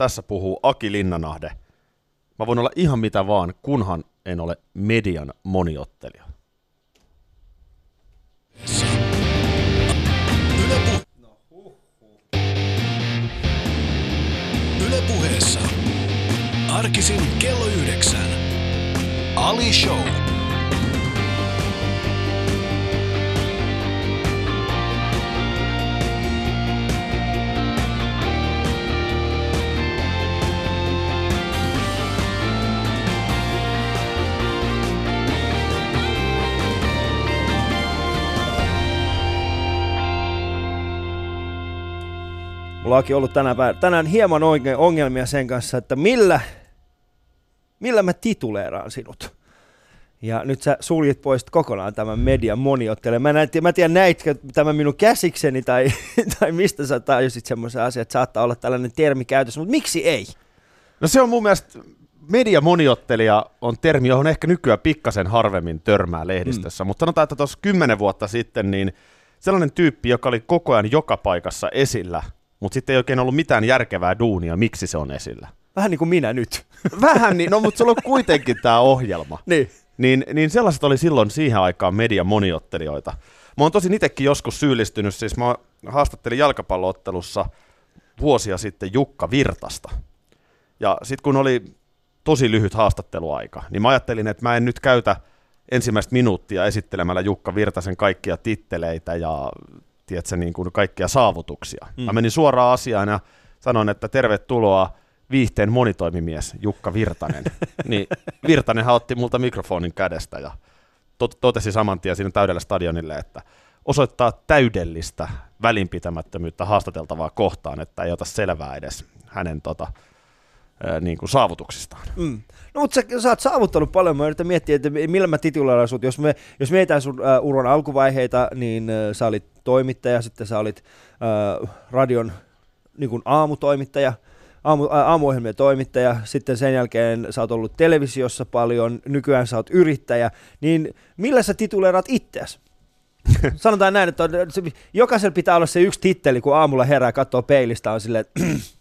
Tässä puhuu Aki Linnanahde. Mä voin olla ihan mitä vaan, kunhan en ole median moniottelija. Yle Puheessa. Arkisin kello 9. Ali Show. Mulla onkin ollut tänään hieman ongelmia sen kanssa, että millä mä tituleeraan sinut. Ja nyt sä suljit pois kokonaan tämän median moniottelun. Mä en tiedä näitkö tämän minun käsikseni tai mistä sä tajusit semmoisen asian, että saattaa olla tällainen termi käytössä, mutta miksi ei? No se on mun mielestä, media moniottelija on termi, johon ehkä nykyään pikkasen harvemmin törmää lehdistössä, mutta sanotaan, että tuossa 10 vuotta sitten niin sellainen tyyppi, joka oli koko ajan joka paikassa esillä, mutta sitten ei oikein ollut mitään järkevää duunia, miksi se on esillä. Vähän niin kuin minä nyt. Vähän niin, no mutta sulla on kuitenkin tämä ohjelma. Niin sellaiset oli silloin siihen aikaan median moniottelijoita. Mä oon tosin itsekin joskus syyllistynyt, siis mä haastattelin jalkapalloottelussa vuosia sitten Jukka Virtasta. Ja sitten kun oli tosi lyhyt haastatteluaika, niin mä ajattelin, että mä en nyt käytä ensimmäistä minuuttia esittelemällä Jukka Virtasen kaikkia titteleitä ja tiedätkö, niin kuin kaikkia saavutuksia. Mä menin suoraan asiaan ja sanoin, että tervetuloa viihteen monitoimimies Jukka Virtanen. Niin Virtanenhan otti multa mikrofonin kädestä ja totesi saman tien siinä täydellä stadionille, että osoittaa täydellistä välinpitämättömyyttä haastateltavaa kohtaan, että ei ota selvää edes hänen niin kuin saavutuksistaan. No mutta sä oot saavuttanut paljon, mä yritän miettiä, että millä mä tituleeraan sut. Jos mietitään sun uran alkuvaiheita, niin sä olit toimittaja, sitten sä olit radion niin kuin aamutoimittaja, aamuohjelmien toimittaja, sitten sen jälkeen sä oot ollut televisiossa paljon, nykyään sä oot yrittäjä, niin millä sä tituleeraat itseäsi? Sanotaan näin, että jokaisella pitää olla se yksi titteli, kun aamulla herää katsoo peilistä, on silleen,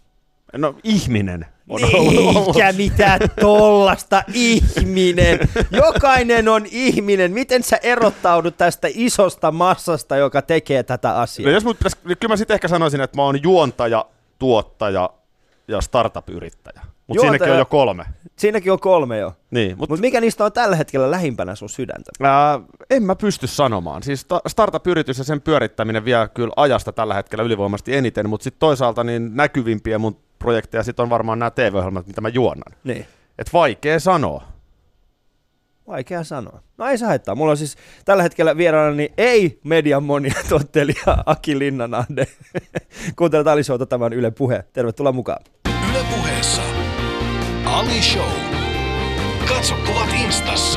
no ihminen. Eikä mitään tollasta, ihminen. Jokainen on ihminen. Miten sä erottaudut tästä isosta massasta, joka tekee tätä asiaa? No jos kyllä mä sitten ehkä sanoisin, että mä oon juontaja, tuottaja ja startup-yrittäjä. Mutta siinäkin on jo 3. Siinäkin on 3 jo. Niin, Mutta mikä niistä on tällä hetkellä lähimpänä sun sydäntä? En mä pysty sanomaan. Siis startup-yritys ja sen pyörittäminen vie kyllä ajasta tällä hetkellä ylivoimasti eniten, mutta sitten toisaalta niin näkyvimpiä mun projekteja sit on varmaan nämä TV-ohjelmat, mitä mä juonnan. Niin. Et vaikea sanoa. Vaikea sanoa. No ei se haittaa. Mulla on siis tällä hetkellä vieraanani ei median monituottelija Aki Linnanahde. Kuuntelet Ali Showta, tämän Yle Puhe. Tervetuloa mukaan. Yle Puheessa. Ali Show. Katso kuvat Instassa.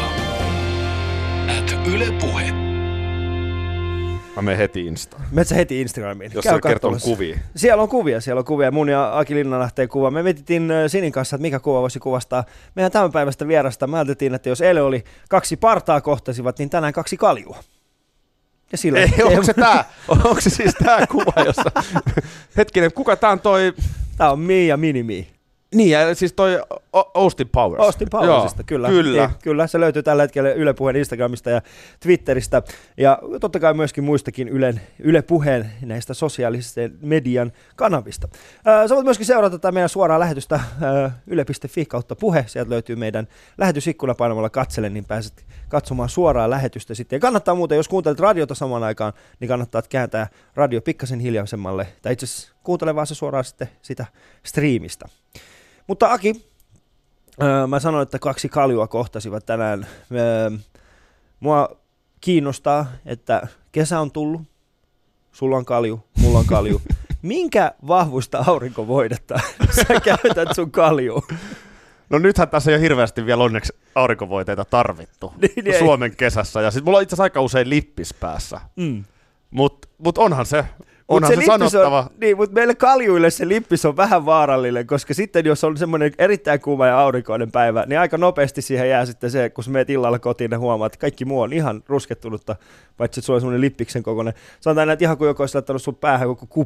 @Yle Puhe. Mä menen heti Instaan. Metsä heti Instagramiin. Jos se kertoo kuvia. Siellä on kuvia. Mun ja Aki Linnanahteen kuva. Me mietittiin Sinin kanssa, että mikä kuva voisi kuvastaa meidän tämän päivästä vierasta. Me ajateltiin, että jos eilen oli 2 partaa kohtasivat, niin tänään 2 kaljua. Ja sillä onko se siis tää kuva, jossa... Hetkinen, kuka tää on toi... Tää on Me ja Mini-Me. Niin, ja siis toi Austin Powers. Austin Powersista, kyllä. Niin, kyllä, se löytyy tällä hetkellä Yle Puheen Instagramista ja Twitteristä. Ja totta kai myöskin muistakin Yle Puheen näistä sosiaalisten median kanavista. Sä voit myöskin seurata tätä meidän suoraa lähetystä yle.fi/puhe. Sieltä löytyy meidän lähetysikkuna painamalla katsele, niin pääset katsomaan suoraa lähetystä sitten. Ja kannattaa muuten, jos kuuntelet radiota samaan aikaan, niin kannattaa kääntää radio pikkasen hiljaisemmalle. Tai itse asiassa kuuntele vaan se suoraan sitten sitä striimistä. Mutta Aki, mä sanoin, että 2 kaljua kohtasivat tänään. Mua kiinnostaa, että kesä on tullut, sulla on kalju, mulla on kalju. Minkä vahvuista aurinkovoidetta sä käytät sun kaljuun? No nythän tässä ei ole hirveästi vielä onneksi aurinkovoiteita tarvittu Suomen kesässä. Ja sit mulla on itse asiassa aika usein lippis päässä. Mut onhan se... Onhan se sanottava. Niin, mutta meille kaljuille se lippis on vähän vaarallinen, koska sitten jos on semmoinen erittäin kuuma ja aurinkoinen päivä, niin aika nopeasti siihen jää sitten se, kun sä meet illalla kotiin ja huomaat, että kaikki muu on ihan ruskettunutta, paitsi että sulla on semmoinen lippiksen kokoinen. Sanotaan näin, että ihan kuin joku olisi laittanut sun päähän koko kupi.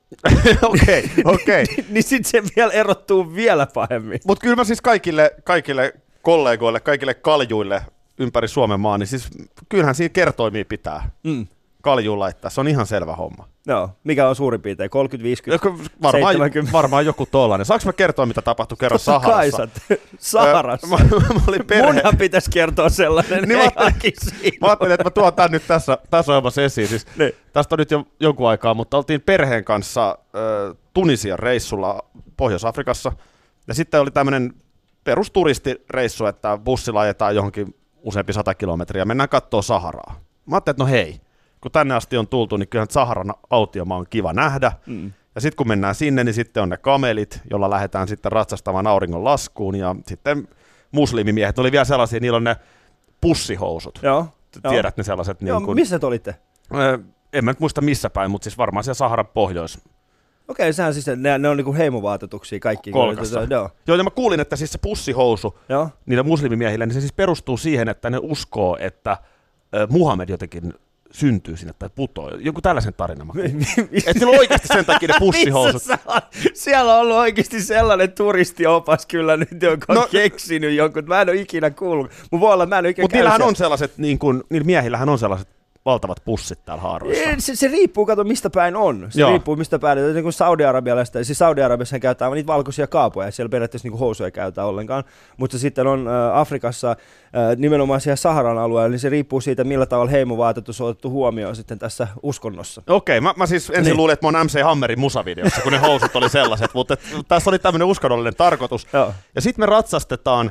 Okei. Niin sitten se vielä erottuu vielä pahemmin. Mutta kyllä mä siis kaikille kollegoille, kaikille kaljuille ympäri Suomen maan, niin siis kyllähän siinä kertoimia pitää kaljuun laittaa. Se on ihan selvä homma. Joo, mikä on suurin piirtein? 30, 50, 70? Varmaan joku tollainen. Saanko mä kertoa, mitä tapahtui kerran Saharassa? Saharassa? Munhan pitäisi kertoa sellainen. Niin mä ajattelin, että mä tuon tämän nyt tässä ohjelmassa esiin. Siis tästä on nyt jo jonkun aikaa, mutta oltiin perheen kanssa Tunisian reissulla Pohjois-Afrikassa. Ja sitten oli tämmöinen perusturistireissu, että bussilla ajetaan johonkin useampi 100 kilometriä. Mennään kattoo Saharaa. Mä ajattelin, että no hei. Kun tänne asti on tultu, niin kyllähän Saharan autiomaa on kiva nähdä. Ja sitten kun mennään sinne, niin sitten on ne kamelit, jolla lähdetään sitten ratsastamaan auringon laskuun. Ja sitten muslimimiehet, oli vielä sellaisia, niillä on ne pussihousut. Joo. Tiedät ne sellaiset. Joo, niin kuin, missä te olitte? En mä nyt muista missä päin, mutta siis varmaan siellä Saharan pohjois. Okei, sehän siis, ne on niinku heimovaatetuksia kaikki. Kolkassa. Joo, ja mä kuulin, että siis se pussihousu niillä muslimimiehillä, niin se siis perustuu siihen, että ne uskoo, että Muhammed jotenkin syntyy sinne tai putoo. Joku tällaisen tarinan mä kuulin. Että sillä on oikeasti sen takia ne pussihousut. Siellä on ollut oikeasti sellainen turistiopas kyllä nyt, joka on keksinyt jonkun. Mä en ole ikinä kuullut. Mutta niillähän on sellaiset, niin kuin, niillä miehillähän on sellaiset valtavat pussit täällä haaroissa. Se riippuu, kato mistä päin on. Se riippuu mistä päin. Niin kuin Saudi-Arabialaista, siis Saudi-Arabiassa käytetään niitä valkoisia kaapoja, siellä periaatteessa niin housuja käytetään ollenkaan. Mutta sitten on Afrikassa, nimenomaan siellä Saharan alueella, niin se riippuu siitä, millä tavalla heimovaatetus on otettu huomioon sitten tässä uskonnossa. Okei, mä siis ensin luulin, että mä oon MC Hammerin musavideossa, kun ne housut oli sellaiset, mutta tässä oli tämmöinen uskonnollinen tarkoitus. Ja sitten me ratsastetaan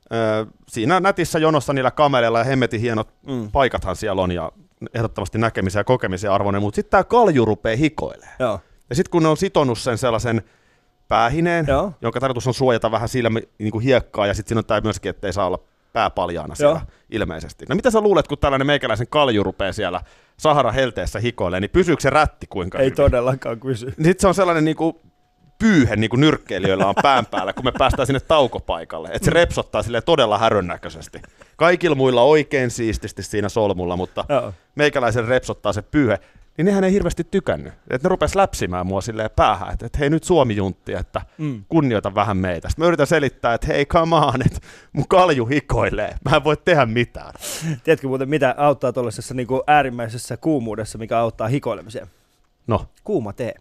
siinä nätissä jonossa niillä kameleilla ja hemmetin hienot paikathan siellä on ja ehdottomasti näkemisen ja kokemisen arvoinen, mutta sitten tämä kalju rupeaa hikoilemaan. Ja sitten kun ne on sitonut sen sellaisen päähineen, jonka tarkoitus on suojata vähän niin kuin hiekkaa, ja sitten siinä on tämä myöskin, ettei saa olla pää paljaana siellä ilmeisesti. No mitä sä luulet, kun tällainen meikäläisen kalju rupeaa siellä Saharan helteessä hikoilemaan, niin pysyykö se rätti kuinka Ei hyvin? todellakaan pysy. Sitten se on sellainen niin kuin pyyhe, niin kuin nyrkkeilijöillä on pään päällä, kun me päästään sinne taukopaikalle. Että se repsottaa silleen todella härön näköisesti. Kaikilla muilla oikein siististi siinä solmulla, mutta meikäläisen repsottaa se pyyhe. Niin nehän ei hirveästi tykännyt. Että ne rupes läpsimään mua silleen päähän, että hei nyt Suomi-juntti, että kunnioita vähän meitä. Sitten mä yritän selittää, että hei come on, että mun kalju hikoilee. Mä en voi tehdä mitään. Tiedätkö muuten, mitä auttaa tuollaisessa niin kuin äärimmäisessä kuumuudessa, mikä auttaa hikoilemiseen? No. Kuuma tee.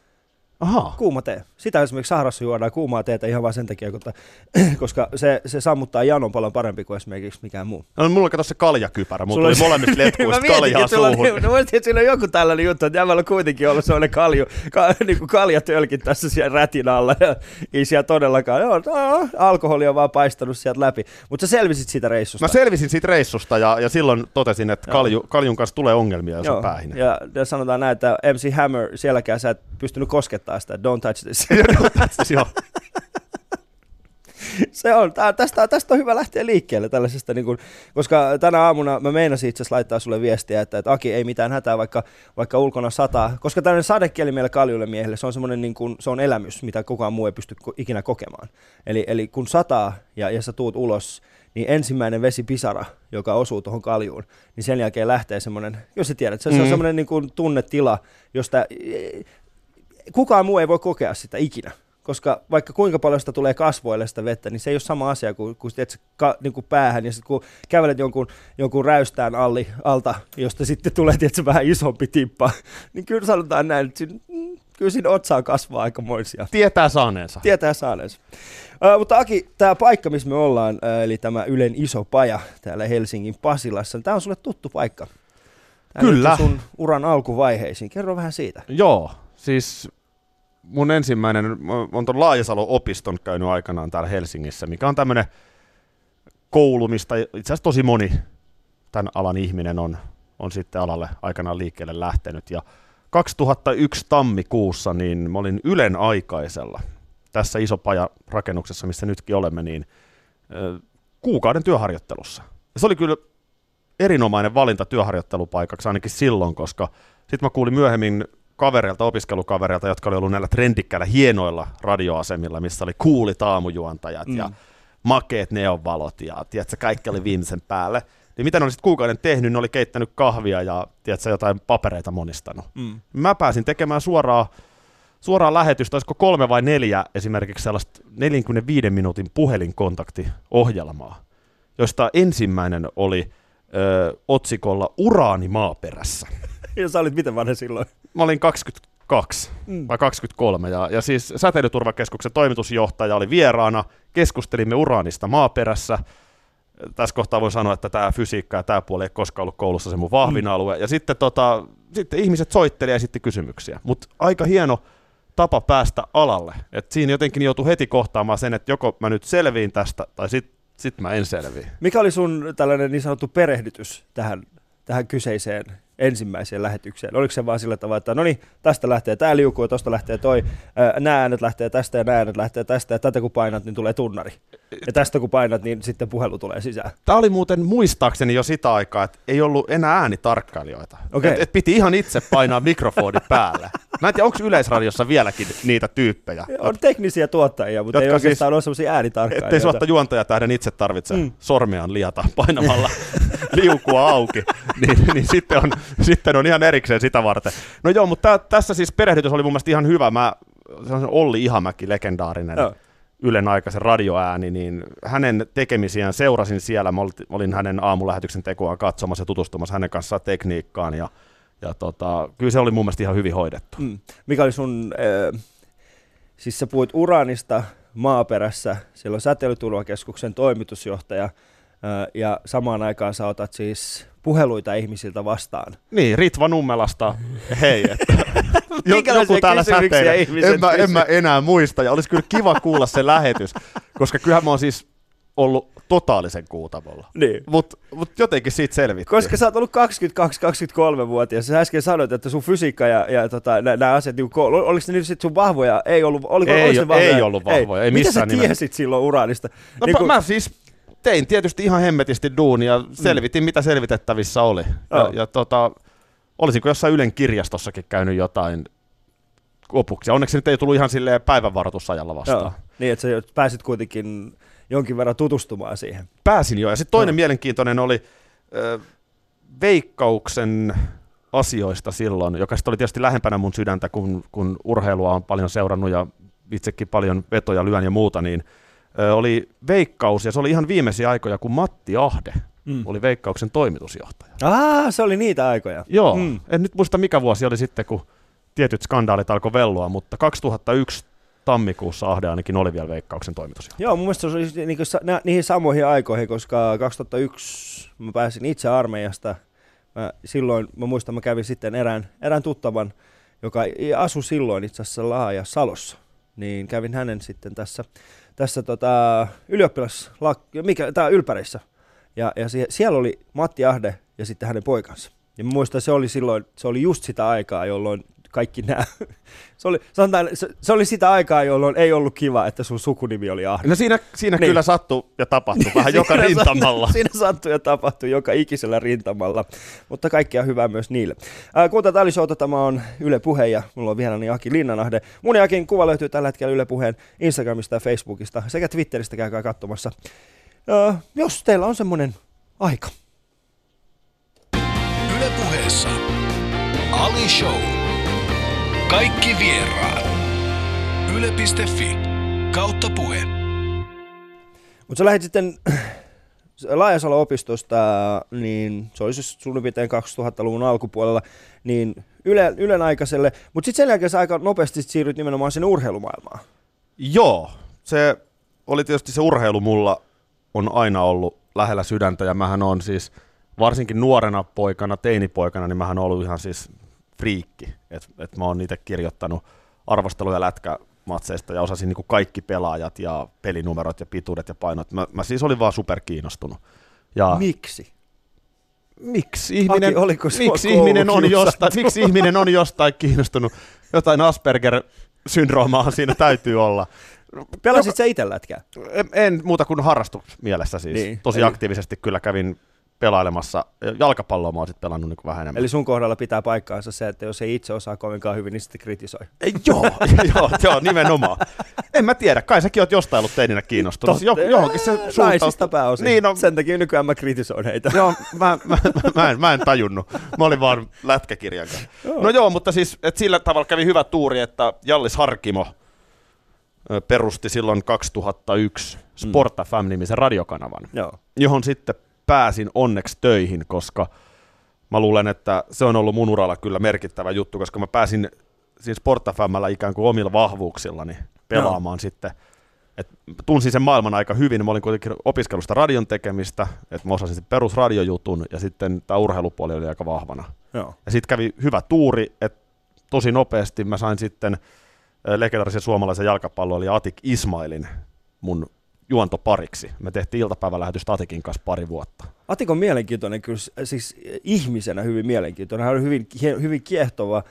Aha. Kuuma tee. Sitä esimerkiksi Saharassa juodaan kuumaa teetä ihan vain sen takia, koska se sammuttaa janon paljon parempi kuin esimerkiksi mikään muu. No, mulla oli kato se kaljakypärä. Mulla tuli molemmista letkuista kaljaa suuhun. Mä mietin, että siinä on joku tällainen juttu, että jämällä on kuitenkin ollut sellainen niin kaljatölkin tässä siellä rätin alla. Ja ei siellä todellakaan. Alkoholi on vaan paistanut sieltä läpi. Mutta sä selvisit siitä reissusta. Mä selvisin siitä reissusta ja silloin totesin, että kaljun kanssa tulee ongelmia, jos on päähinen. Ja sanotaan näin, että MC Hammer sielläkään sä et pystynyt koskettamaan sitä, don't touch this. Joo. Se on, tästä on hyvä lähteä liikkeelle tällaisesta, niin kuin, koska tänä aamuna mä meinasin itse asiassa laittaa sulle viestiä, että Aki ei mitään hätää, vaikka ulkona sataa, koska tällainen sadekieli meille kaljuille miehille, se on semmoinen niin kuin, se on elämys, mitä kukaan muu ei pysty ikinä kokemaan. Eli kun sataa ja sä tuut ulos, niin ensimmäinen vesipisara, joka osuu tuohon kaljuun, niin sen jälkeen lähtee semmoinen, jos sä tiedät, se on semmoinen niin kuin tunnetila, josta kukaan muu ei voi kokea sitä ikinä. Koska vaikka kuinka paljon sitä tulee kasvoille sitä vettä, niin se ei ole sama asia kuin niin kuin päähän. Ja sitten kun kävelet jonkun räystään alta, josta sitten tulee vähän isompi tippa, niin kyllä sanotaan näin, että kyllä siinä otsaan kasvaa aikamoisia. Tietää saaneensa. Mutta Aki, tämä paikka, missä me ollaan, eli tämä Ylen iso paja täällä Helsingin Pasilassa, niin tämä on sulle tuttu paikka. Kyllä. Sun uran alkuvaiheisiin. Kerro vähän siitä. Joo, siis mun ensimmäinen, on tuon Laajasalon opiston käynyt aikanaan täällä Helsingissä, mikä on tämmöinen koulu, mistä itse asiassa tosi moni tämän alan ihminen on sitten alalle aikanaan liikkeelle lähtenyt. Ja 2001 tammikuussa niin mä olin Ylen aikaisella tässä Isopaja-rakennuksessa, missä nytkin olemme, niin kuukauden työharjoittelussa. Ja se oli kyllä erinomainen valinta työharjoittelupaikaksi ainakin silloin, koska sitten mä kuulin myöhemmin opiskelukavereilta, jotka oli ollut näillä trendikkäillä hienoilla radioasemilla, missä oli coolit aamujuontajat ja makeet neonvalot ja tiedätkö, kaikki oli viimeisen päälle. Niin mitä ne oli sitten kuukauden tehnyt, ne oli keittänyt kahvia ja tiedätkö, jotain papereita monistanut. Mä pääsin tekemään suoraan suoraan lähetystä, olisiko 3 vai 4 esimerkiksi sellaista 45 minuutin puhelinkontaktiohjelmaa, josta ensimmäinen oli otsikolla Uraani maaperässä. Ja sä olit miten vanha silloin? Mä olin 22 vai 23, ja siis Säteilyturvakeskuksen toimitusjohtaja oli vieraana, keskustelimme uraanista maaperässä. Tässä kohtaa voin sanoa, että tämä fysiikka ja tämä puoli ei koskaan ollut koulussa se mun vahvin alue. Ja sitten, sitten ihmiset soitteli ja esitti kysymyksiä, mutta aika hieno tapa päästä alalle. Et siinä jotenkin joutui heti kohtaamaan sen, että joko mä nyt selviin tästä, tai sit mä en selviä. Mikä oli sun tällainen niin sanottu perehdytys tähän kyseiseen ensimmäiseen lähetykseen? Oliko se vaan sillä tavalla, että no niin, tästä lähtee tää liukuu, tosta lähtee toi, nämä äänet lähtee tästä ja nämä äänet lähtee tästä, ja tätä kun painat, niin tulee tunnari. Ja tästä kun painat, niin sitten puhelu tulee sisään. Tämä oli muuten muistaakseni jo sitä aikaa, että ei ollut enää äänitarkkailijoita. Okay. Et piti ihan itse painaa mikrofoni päälle. Mä en tiedä, onko Yleisradiossa vieläkin niitä tyyppejä? On teknisiä tuottajia, mutta ei oikeastaan ole sellaisia äänitarkkailijoita. Ettei suotta juontajatähden itse tarvitse sormeaan liata painamalla liukua auki, niin sitten on ihan erikseen sitä varten. No joo, mutta tässä siis perehdytys oli mun mielestä ihan hyvä. Olli Ihamäki, legendaarinen Ylen aikaisen radioääni, niin hänen tekemisiään seurasin siellä. Mä olin hänen aamulähetyksen tekoaan katsomassa ja tutustumassa hänen kanssaan tekniikkaan, ja kyllä se oli mun mielestä ihan hyvin hoidettu. Mikä oli sun, siis sä puhuit uraanista maaperässä, siellä on Säteilyturvakeskuksen toimitusjohtaja, ja samaan aikaan sä otat siis puheluita ihmisiltä vastaan. Niin, Ritva Nummelasta, hei, että joku täällä säteilee. En mä enää muista, ja olisi kyllä kiva kuulla se lähetys, koska kyllähän mä oon siis ollut totaalisen kuutamolla. Niin. Mut jotenkin siitä selvittiin. Koska sä oot ollut 22-23-vuotias, sä äsken sanoit, että sun fysiikka ja nämä asiat, oliko ne nyt sit sun vahvoja? Ei ollut, ei ollut vahvoja, ei missään nimessä. Mitä sä tiesit silloin uraanista? No mä siis tein tietysti ihan hemmetisti duunia, selvitin mitä selvitettävissä oli. Ja olisinko jossain Ylen kirjastossakin käynyt jotain opuksia. Onneksi nyt ei tullut ihan silleen päivänvaroitusajalla vastaan. Joo. Niin, että sä pääsit kuitenkin jonkin verran tutustumaan siihen. Pääsin jo. Ja sitten toinen mielenkiintoinen oli Veikkauksen asioista silloin, joka sitten oli tietysti lähempänä mun sydäntä, kun urheilua on paljon seurannut ja itsekin paljon vetoja lyön ja muuta, niin oli Veikkaus, ja se oli ihan viimeisiä aikoja, kun Matti Ahde oli Veikkauksen toimitusjohtaja. Se oli niitä aikoja. Joo, en nyt muista mikä vuosi oli sitten, kun tietyt skandaalit alkoi vellua, mutta 2001 tammikuussa Ahde ainakin oli vielä Veikkauksen toimitusjohtaja. Joo, mun mielestä se oli niihin samoihin aikoihin, koska 2001 mä pääsin itse armeijasta. Mä muistan, mä kävin sitten erään tuttavan, joka asui silloin itse asiassa Laaja-Salossa, niin kävin hänen sitten tässä Ylpäreissä. Ja siellä oli Matti Ahde ja sitten hänen poikansa. Ja mä muistan, se oli just sitä aikaa, jolloin kaikki nämä, se oli sitä aikaa, jolloin ei ollut kiva, että sun sukunimi oli Ahde. No siinä niin. Kyllä sattui ja tapahtui vähän joka rintamalla. Siinä sattui ja tapahtui joka ikisellä rintamalla, mutta kaikkea hyvää myös niille. Kuuntelut Ali Showta, tämä on Yle Puhe ja mulla on vieraani Aki Linnanahde. Mun ja Akin kuva löytyy tällä hetkellä Yle Puheen Instagramista ja Facebookista sekä Twitteristä, käykää katsomassa, jos teillä on semmoinen aika. Yle Puheessa Ali Show. Kaikki vieraat. Yle.fi/puhe. Mutta sä lähdit sitten Laajasalo-opistosta, niin se oli siis suurin piirtein 2000-luvun alkupuolella, niin Ylen aikaiselle, mutta sitten sen jälkeen sä aika nopeasti siirryt nimenomaan sinne urheilumaailmaan. Joo, se oli tietysti se urheilu mulla on aina ollut lähellä sydäntä, ja mähän on siis varsinkin nuorena poikana, teinipoikana, niin mähän on ollut ihan siis friikki, että mä oon itse kirjoittanut arvosteluja lätkämatseista ja osasin niinku kaikki pelaajat ja pelinumerot ja pituudet ja painot. Mä siis olin vaan superkiinnostunut. Ja Miksi ihminen on jostain kiinnostunut? Jotain Asperger-syndroomaa siinä täytyy olla. Pelasit sä itse lätkää? En muuta kuin harrastusmielessä siis. Niin, tosi aktiivisesti kyllä kävin pelailemassa. Jalkapalloa mä oon sitten pelannut niin kuin vähän enemmän. Eli sun kohdalla pitää paikkaansa se, että jos ei itse osaa kovinkaan hyvin, niin sitten kritisoi. Joo, nimenomaan. En mä tiedä, kai säkin oot jostain ollut teininä kiinnostunut. Johonkin se suuntaus. Naisista pääosin. Niin, no, sen takia nykyään mä kritisoin heitä. Joo, mä en tajunnut. Mä olin vaan lätkäkirjan kanssa. No joo, mutta siis että sillä tavalla kävi hyvä tuuri, että Jallis Harkimo perusti silloin 2001 Sport FM-nimisen radiokanavan, johon sitten pääsin onneksi töihin, koska mä luulen, että se on ollut mun uralla kyllä merkittävä juttu, koska mä pääsin siinä Sport FM:llä ikään kuin omilla vahvuuksillani pelaamaan sitten. Et tunsin sen maailman aika hyvin, mä olin kuitenkin opiskelusta radion tekemistä, että mä osasin perusradiojutun ja sitten tämä urheilupuoli oli aika vahvana. Joo. Ja sitten kävi hyvä tuuri, että tosi nopeasti mä sain sitten legendaarisen suomalaisen jalkapalloilijan Atik Ismailin mun juontopariksi. Me tehtiin iltapäivälähetystä Atikin kanssa pari vuotta. Atik on mielenkiintoinen kyllä, siis ihmisenä hyvin mielenkiintoinen. Hän oli hyvin kiehtova.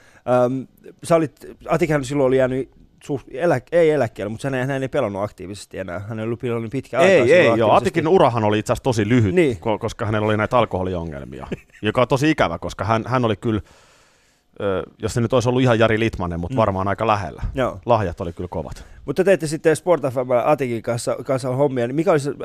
Atikhän silloin oli jäänyt ei eläkkeelle, mutta hän ei pelannut aktiivisesti enää. Hän oli pelannut pitkään aikaa. Joo. Atikin urahan oli itse asiassa tosi lyhyt, koska hänellä oli näitä alkoholiongelmia, joka on tosi ikävä, koska hän oli kyllä, jos se nyt olisi ollut ihan Jari Litmanen, mutta varmaan aika lähellä. Joo. Lahjat oli kyllä kovat. Mutta teitte sitten Sport FM Atikin kanssa hommia, niin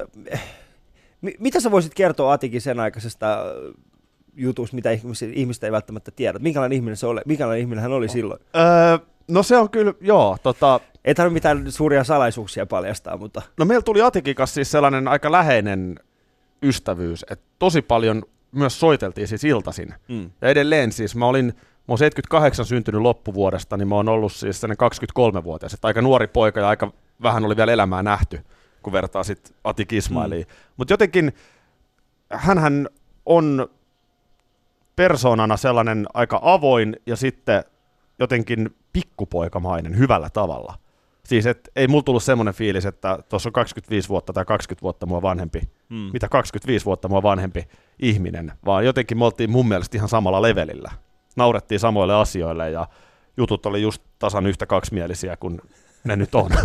mitä sä voisit kertoa Atikin sen aikaisesta jutusta, mitä ihmiset ei välttämättä tiedä? Minkälainen ihminen se oli? Minkälainen ihminen hän oli silloin? No se on kyllä, joo. Ei tarvitse mitään suuria salaisuuksia paljastaa, mutta... No meillä tuli Atikin kanssa siis sellainen aika läheinen ystävyys, että tosi paljon myös soiteltiin siis iltaisin. Ja edelleen siis mä oon 78 syntynyt loppuvuodesta, niin mä oon ollut siis sellainen 23-vuotias, että aika nuori poika ja aika vähän oli vielä elämää nähty, kun vertaa sitten Atik Ismailiin. Mutta jotenkin hänhän on persoonana sellainen aika avoin ja sitten jotenkin pikkupoikamainen hyvällä tavalla. Siis et ei mulla tullut semmoinen fiilis, että tuossa on 25 vuotta tai 20 vuotta mua vanhempi, mitä 25 vuotta mua vanhempi ihminen, vaan jotenkin me oltiin mun mielestä ihan samalla levelillä. Naurettiin samoille asioille ja jutut oli just tasan yhtä kaksimielisiä kuin ne nyt on.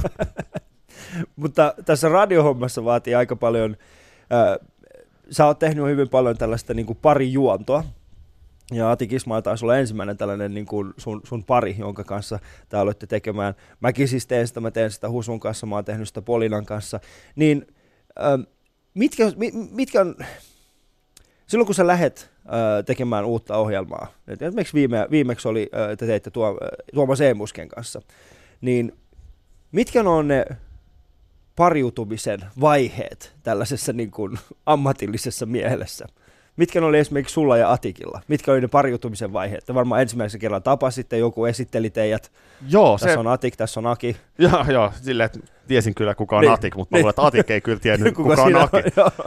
Mutta tässä radiohommassa vaatii aika paljon, sä oot tehnyt hyvin paljon tällaista niin kuin parijuontoa. Ja Atik Ismail taisi olla ensimmäinen tällainen niin kuin sun pari, jonka kanssa te aloitte tekemään. Mäkin siis teen sitä, mä teen sitä Husun kanssa, mä oon tehnyt sitä Polinan kanssa. Niin mitkä on, silloin kun sä lähet tekemään uutta ohjelmaa, esimerkiksi viimeksi oli, te teitte Tuomas Eemusken kanssa, niin mitkä on ne pariutumisen vaiheet tällaisessa niin kuin ammatillisessa mielessä? Mitkä oli esimerkiksi sulla ja Atikilla? Mitkä oli ne pariutumisen vaiheet? Te varmaan ensimmäisen kerran tapasitte, joku esitteli teidät. Joo, tässä on Atik, tässä on Aki. Joo, silleen, että tiesin kyllä kuka on Atik, mutta mä luulen, että Atik ei kyllä tiennyt kuka on Aki.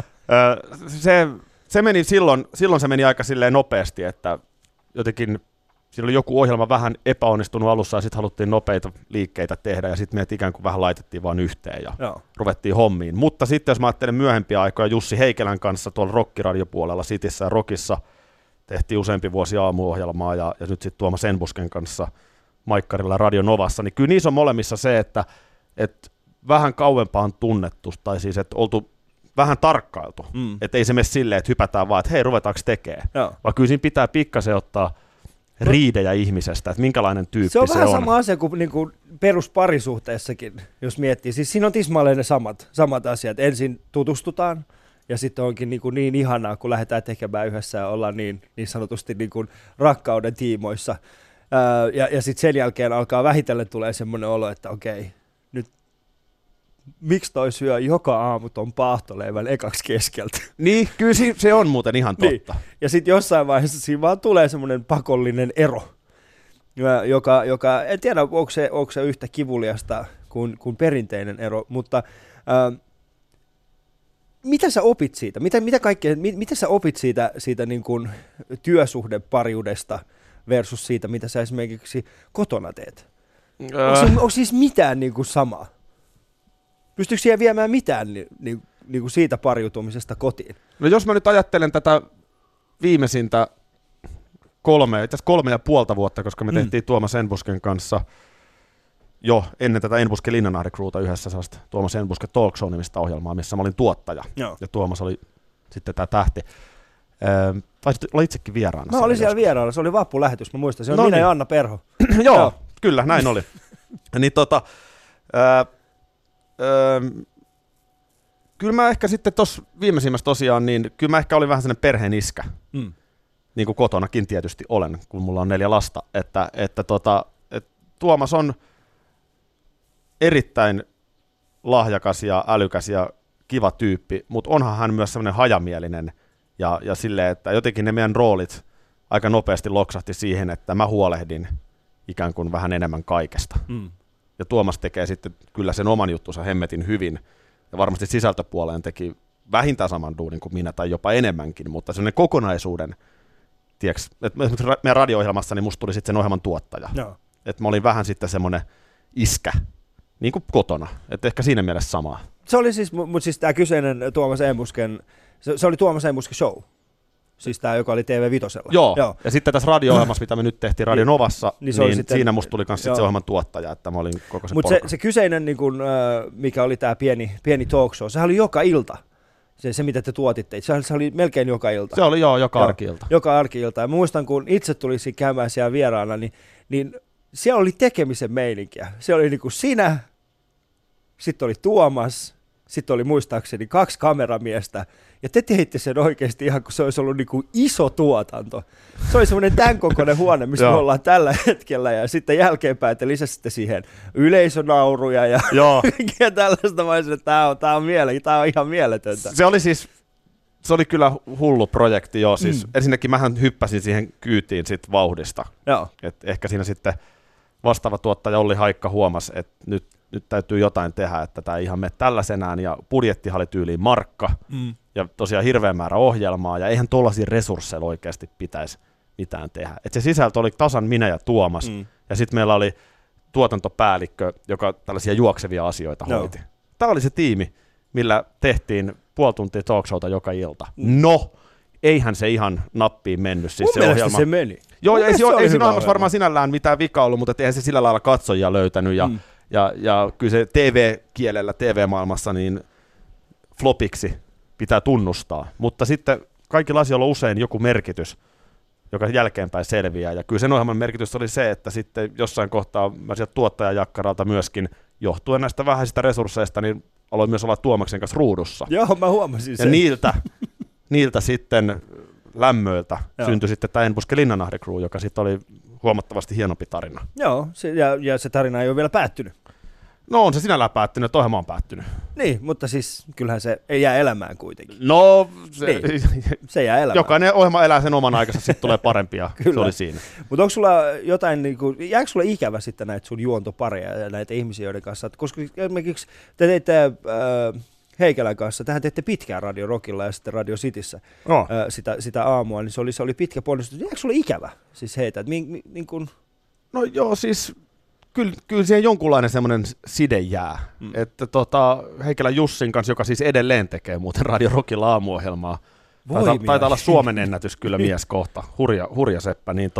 Se meni silloin se meni aika silleen nopeasti, että jotenkin siinä oli joku ohjelma vähän epäonnistunut alussa ja sitten haluttiin nopeita liikkeitä tehdä ja sitten meidät ikään kuin vähän laitettiin vaan yhteen ja ruvettiin hommiin. Mutta sitten jos mä ajattelen myöhempiä aikoja Jussi Heikelän kanssa tuolla rockiradiopuolella Cityssä ja Rockissa tehtiin useampi vuosi aamuohjelmaa ja nyt sitten Tuomas Enbusken kanssa Maikkarilla Radio Novassa, niin kyllä niissä on molemmissa se, että vähän kauempaan tunnettu tai siis että oltu vähän tarkkailtu, että ei se mene silleen, että hypätään vaan, että hei ruvetaanko tekemään, vaan kyllä siinä pitää pikkasen ottaa riidejä ihmisestä, että minkälainen tyyppi se on. Se on vähän sama asia kuin niinku perusparisuhteessakin, jos miettii. Siis siinä on tismalleen ne samat asiat. Ensin tutustutaan ja sitten onkin niin ihanaa, kun lähdetään tekemään yhdessä ja ollaan niin sanotusti niin rakkauden tiimoissa. Ja sitten sen jälkeen alkaa vähitellen tulee semmoinen olo, että okei, nyt miksi toi syö joka aamu ton paahtoleivän ekaksi keskeltä? Niin, kyllä se on muuten ihan totta. Niin. Ja sitten jossain vaiheessa siinä vaan tulee semmoinen pakollinen ero, joka en tiedä, onko se yhtä kivuliasta kuin perinteinen ero, mutta mitä sä opit siitä? Mitä sä opit siitä niin kuin työsuhdepariudesta versus siitä, mitä sä esimerkiksi kotona teet? Onko siis mitään niin kuin samaa? Pystyykö siihen viemään mitään niin kuin siitä pariutumisesta kotiin? No jos mä nyt ajattelen tätä viimeisintä 3,5 vuotta, koska me tehtiin Tuomas Enbusken kanssa jo ennen tätä Enbuske Linnanahde Crewta yhdessä sellaista Tuomas Enbuske Talk Show -nimistä ohjelmaa, missä mä olin tuottaja ja Tuomas oli sitten tämä tähti. Taisit olla itsekin vieraana. Mä olin siellä vieraana, se oli vappulähetys, mä muistan. Se on minä ja Anna Perho. Joo, kyllä, näin oli. Niin kyllä mä ehkä sitten tuossa viimeisimmässä tosiaan, niin kyllä mä ehkä olin vähän sellainen perheen iskä. Niin kuin kotonakin tietysti olen, kun mulla on 4 lasta. Että Tuomas on erittäin lahjakas ja älykäs ja kiva tyyppi, mutta onhan hän myös sellainen hajamielinen ja silleen, että jotenkin ne meidän roolit aika nopeasti loksahti siihen, että mä huolehdin ikään kuin vähän enemmän kaikesta. Ja Tuomas tekee sitten kyllä sen oman juttunsa hemmetin hyvin, ja varmasti sisältöpuoleen teki vähintään saman duunin kuin minä, tai jopa enemmänkin, mutta sellainen kokonaisuuden, tiedätkö, että meidän radio-ohjelmassa niin musta tuli sitten sen ohjelman tuottaja. No. Että mä olin vähän sitten semmoinen iskä, niin kuin kotona, että ehkä siinä mielessä samaa. Se oli siis, mutta siis tämä kyseinen Tuomas Emusken, se oli Tuomas Emusken show. Siis tämä, joka oli TV5:lla. Joo. Ja sitten tässä radio-ohjelmassa, mitä me nyt tehtiin Radio Novassa, niin sitten, siinä musta tuli myös se ohjelman tuottaja, että mä olin koko se porukka. Mutta se kyseinen, niin kun, mikä oli tämä pieni talk show, sehän oli joka ilta. Se mitä te tuotitte, se oli melkein joka ilta. Se oli joka arki-ilta. Joka arki-ilta. Ja muistan, kun itse tuli käymään siellä vieraana, niin siellä oli tekemisen meininkiä. Se oli niin kuin sinä, sitten oli Tuomas, sitten oli muistaakseni 2 kameramiestä, ja te teitte sen oikeasti ihan kuin se olisi ollut niin kuin iso tuotanto. Se oli semmoinen tämän kokoinen huone, missä me ollaan tällä hetkellä, ja sitten jälkeenpäin te lisäsitte siihen yleisönauruja ja kaikkea tällaista. Mä olisin, että tämä on ihan mieletöntä. Se oli kyllä hullu projekti, joo. Siis ensinnäkin mähän hyppäsin siihen kyytiin sit vauhdista. Et ehkä siinä sitten vastaava tuottaja Olli Haikka huomasi, että nyt täytyy jotain tehdä, että tämä ei ihan mene tällaisenään, ja budjettihan oli tyyliin markka, ja tosiaan hirveän määrä ohjelmaa, ja eihän tuollaisia resursseilla oikeasti pitäisi mitään tehdä. Et se sisältö oli tasan minä ja Tuomas, ja sitten meillä oli tuotantopäällikkö, joka tällaisia juoksevia asioita hoiti. Tämä oli se tiimi, millä tehtiin puoli tuntia talkshowta joka ilta. No, eihän se ihan nappiin mennyt. Siis mun mielestä se meni. Joo, ei siinä ohjelmassa varmaan sinällään mitään vikaa ollut, mutta eihän se sillä lailla katsojia löytänyt, ja kyllä se TV-kielellä, TV-maailmassa niin flopiksi pitää tunnustaa, mutta sitten kaikilla asioilla on usein joku merkitys, joka jälkeenpäin selviää, ja kyllä sen ohjelman merkitys oli se, että sitten jossain kohtaa mä sieltä tuottajajakkaralta myöskin, johtuen näistä vähäisistä resursseista, niin aloin myös olla Tuomaksen kanssa ruudussa. Joo, mä huomasin sen. Ja niiltä sitten lämmöiltä syntyi sitten tämä Enbuske Linnanahde Crew, joka sitten oli huomattavasti hienompi tarina. Joo, ja se tarina ei ole vielä päättynyt. No on se sinällään päättynyt, että ohjelma on päättynyt. Niin, mutta siis kyllähän se ei jää elämään kuitenkin. No, se jää elämään. Jokainen ohjelma elää sen oman aikansa, sitten tulee parempia, se oli siinä. Mutta onko sulla jotain, jääkö sulla ikävä sitten näitä sun juontopareja ja näitä ihmisiä, joiden kanssa, koska esimerkiksi te teitte Heikelän kanssa, tähän teitte pitkään Radio Rockilla ja sitten Radio Cityssä sitä aamua, niin se oli pitkä ponnistus. Jääkö sulla ikävä siis heitä? No joo, siis kyllä siihen jonkunlainen semmoinen side jää. Että Heikelän Jussin kanssa, joka siis edelleen tekee muuten Radio Rockilla aamuohjelmaa, taitaa olla Suomen ennätys kyllä mies kohta, hurja seppä, niin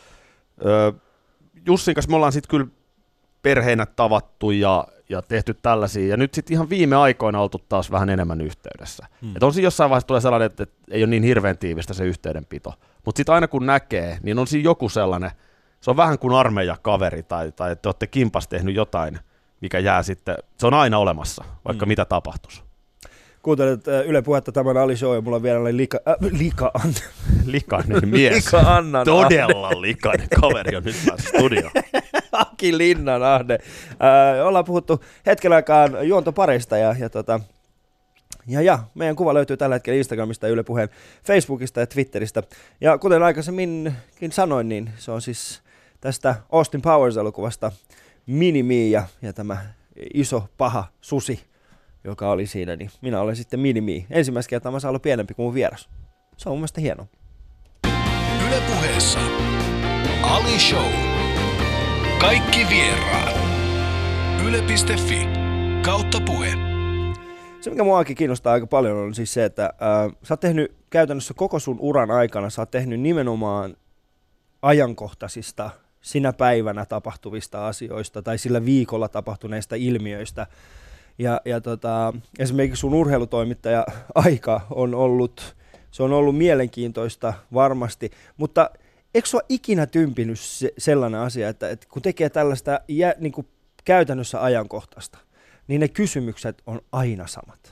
Jussin kanssa me ollaan sitten kyllä perheinä tavattu ja tehty tällaisia, ja nyt sitten ihan viime aikoina oltu taas vähän enemmän yhteydessä. Että on siinä jossain vaiheessa tulee sellainen, että ei ole niin hirveän tiivistä se yhteydenpito, mutta sitten aina kun näkee, niin on siinä joku sellainen, se on vähän kuin armeijakaveri, tai että te olette kimpas tehnyt jotain, mikä jää sitten, se on aina olemassa, vaikka mitä tapahtuisi. Kuuntelet Yle Puhetta, tämän Ali Show, ja mulla on vielä likainen mies. Lika-Annan todella likainen kaveri on nyt päässyt studioon. Aki Linnanahde. Ollaan puhuttu hetken aikaan juontopareista, ja meidän kuva löytyy tällä hetkellä Instagramista, Yle Puheen Facebookista ja Twitteristä. Ja kuten aikaisemminkin sanoin, niin se on siis tästä Austin Powers-elokuvasta Mini-Me ja tämä iso paha susi, joka oli siinä, niin minä olen sitten Mini-Me. Ensimmäistä kertaa mä saan olla pienempi kuin mun vieras. Se on mun mielestä hienoa. Yle Puheessa Ali Show. Kaikki vieraat. Yle.fi/puhe. Se, mikä muakin kiinnostaa aika paljon, on siis se, että sä oot tehnyt käytännössä koko sun uran aikana, sä oot tehnyt nimenomaan ajankohtaisista, sinä päivänä tapahtuvista asioista tai sillä viikolla tapahtuneista ilmiöistä. Ja esimerkiksi sun urheilutoimittaja aika on ollut Se on ollut mielenkiintoista varmasti, mutta eikö se ole ikinä tympinyt sellainen asia, että kun tekee tällaista niin kuin käytännössä ajankohtaista, niin ne kysymykset on aina samat.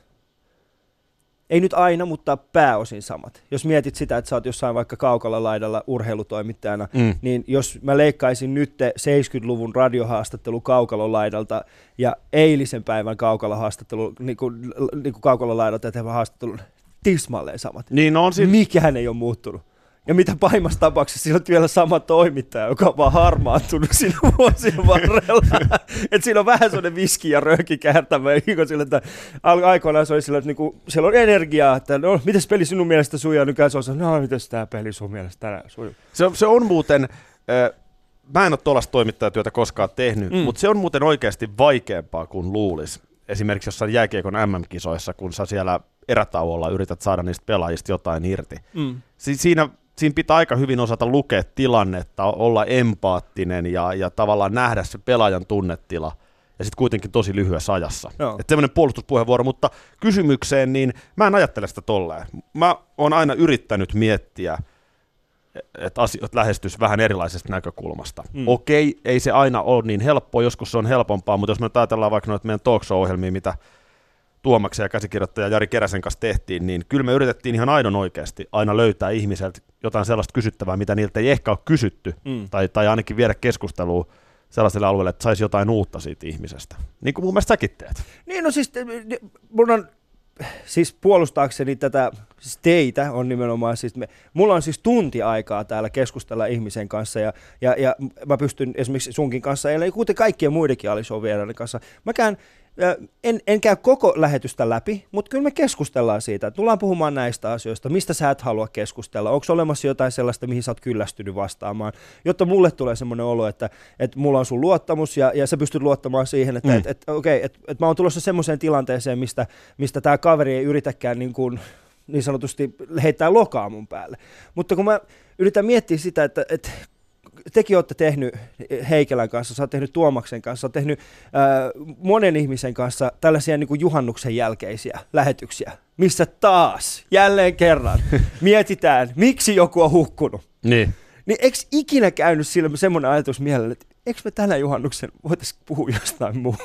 Ei nyt aina, mutta pääosin samat. Jos mietit sitä, että sä oot jossain vaikka kaukalla laidalla urheilutoimittajana, niin jos mä leikkaisin nyt 70-luvun radiohaastattelu kaukalon laidalta ja eilisen päivän kaukalahaastattelu, niin kuin kaukalon laidalta tehtävä haastattelu, tismalleen samat. Niin on mikään ei ole muuttunut. Ja mitä pahimmassa tapauksessa, siinä on vielä sama toimittaja, joka on vaan harmaantunut siinä vuosien varrella. Että siinä on vähän sellainen viski ja rööki käärtämä. Että aikoinaan se oli sillä, että niinku, siellä on energiaa, että no, mites peli sinun mielestä sujuu? Nykyään se on sellainen, no mites tämä peli sun mielestä tänään sujuu? Se on muuten, mä en ole tuollaista toimittajatyötä koskaan tehnyt, mutta se on muuten oikeasti vaikeampaa kuin luulisi. Esimerkiksi jossain jääkiekon MM-kisoissa, kun sä siellä erätauolla yrität saada niistä pelaajista jotain irti. Siinä pitää aika hyvin osata lukea tilannetta, olla empaattinen ja tavallaan nähdä se pelaajan tunnetila, ja sitten kuitenkin tosi lyhyessä ajassa. Että semmoinen puolustuspuheenvuoro, mutta kysymykseen, niin mä en ajattele sitä tolleen. Mä oon aina yrittänyt miettiä, että asiat lähestyisi vähän erilaisesta näkökulmasta. Okei, ei se aina ole niin helppoa, joskus se on helpompaa, mutta jos me ajatellaan vaikka noita meidän talk show-ohjelmia, mitä Tuomaksen ja käsikirjoittaja Jari Keräsen kanssa tehtiin, niin kyllä me yritettiin ihan aidon oikeasti aina löytää ihmiseltä jotain sellaista kysyttävää, mitä niiltä ei ehkä ole kysytty, tai ainakin viedä keskustelua sellaiselle alueelle, että saisi jotain uutta siitä ihmisestä. Niin kuin mun mielestä säkin teet. Niin, no mun on siis puolustaakseni tätä, siis teitä on nimenomaan, siis mulla on siis tunti aikaa täällä keskustella ihmisen kanssa, ja mä pystyn esimerkiksi sunkin kanssa, ja kuten kaikkien muidenkin Ali-show-vieraiden kanssa, en käy koko lähetystä läpi, mutta kyllä me keskustellaan siitä, että tullaan puhumaan näistä asioista, mistä sä et halua keskustella, onko olemassa jotain sellaista, mihin sä oot kyllästynyt vastaamaan, jotta mulle tulee semmoinen olo, että mulla on sun luottamus ja sä pystyt luottamaan siihen, että mä oon tulossa semmoiseen tilanteeseen, mistä tää kaveri ei yritäkään niin sanotusti heittää lokaa mun päälle. Mutta kun mä yritän miettiä sitä, että tekin olette tehnyt Heikelän kanssa, sä oot tehnyt Tuomaksen kanssa, sä oot tehnyt monen ihmisen kanssa tällaisia niin kuin juhannuksen jälkeisiä lähetyksiä, missä taas, jälleen kerran, mietitään, miksi joku on hukkunut. Niin eikö ikinä käynyt sillä semmoinen ajatus mielellä, että eikö me tänä juhannuksen voitaisiin puhua jostain muusta?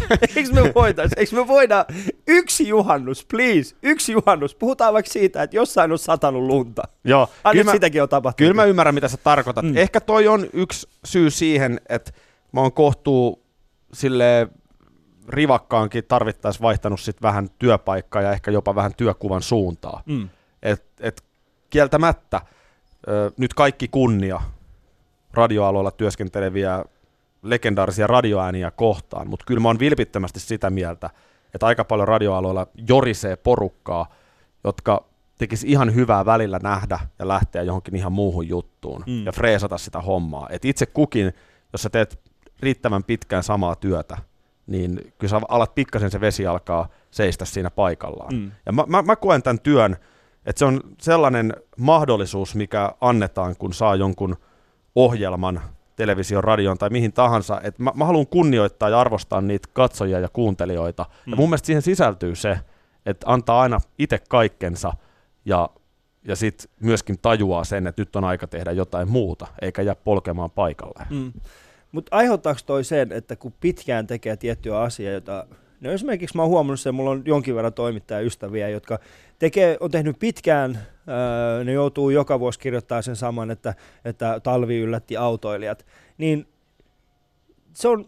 Eikö me voida yksi juhannus, please, yksi juhannus. Puhutaan vaikka siitä, että jossain on satanut lunta. Joo. Sitäkin on tapahtunut. Kyllä mä ymmärrän, mitä sä tarkoitat. Ehkä toi on yksi syy siihen, että mä oon kohtuu silleen rivakkaankin tarvittaisi vaihtanut sit vähän työpaikkaa ja ehkä jopa vähän työkuvan suuntaa. Et kieltämättä nyt kaikki kunnia radioaloilla työskenteleviä legendaarisia radioääniä kohtaan, mutta kyllä mä oon vilpittömästi sitä mieltä, että aika paljon radioaloilla jorisee porukkaa, jotka tekisi ihan hyvää välillä nähdä ja lähteä johonkin ihan muuhun juttuun ja freesata sitä hommaa. Et itse kukin, jos sä teet riittävän pitkään samaa työtä, niin kyllä sä alat pikkasen se vesi alkaa seistä siinä paikallaan. Ja mä koen tämän työn, että se on sellainen mahdollisuus, mikä annetaan, kun saa jonkun ohjelman, television, radion tai mihin tahansa, että mä haluan kunnioittaa ja arvostaa niitä katsojia ja kuuntelijoita. Ja mun mielestä siihen sisältyy se, että antaa aina itse kaikkensa ja sitten myöskin tajuaa sen, että nyt on aika tehdä jotain muuta, eikä jää polkemaan paikalleen. Mutta aiheuttaako toi sen, että kun pitkään tekee tiettyä asiaa, jota no esimerkiksi mä oon huomannut sen, mulla on jonkin verran toimittajaystäviä, jotka on tehnyt pitkään, ne joutuu joka vuosi kirjoittamaan sen saman, että talvi yllätti autoilijat, niin se on,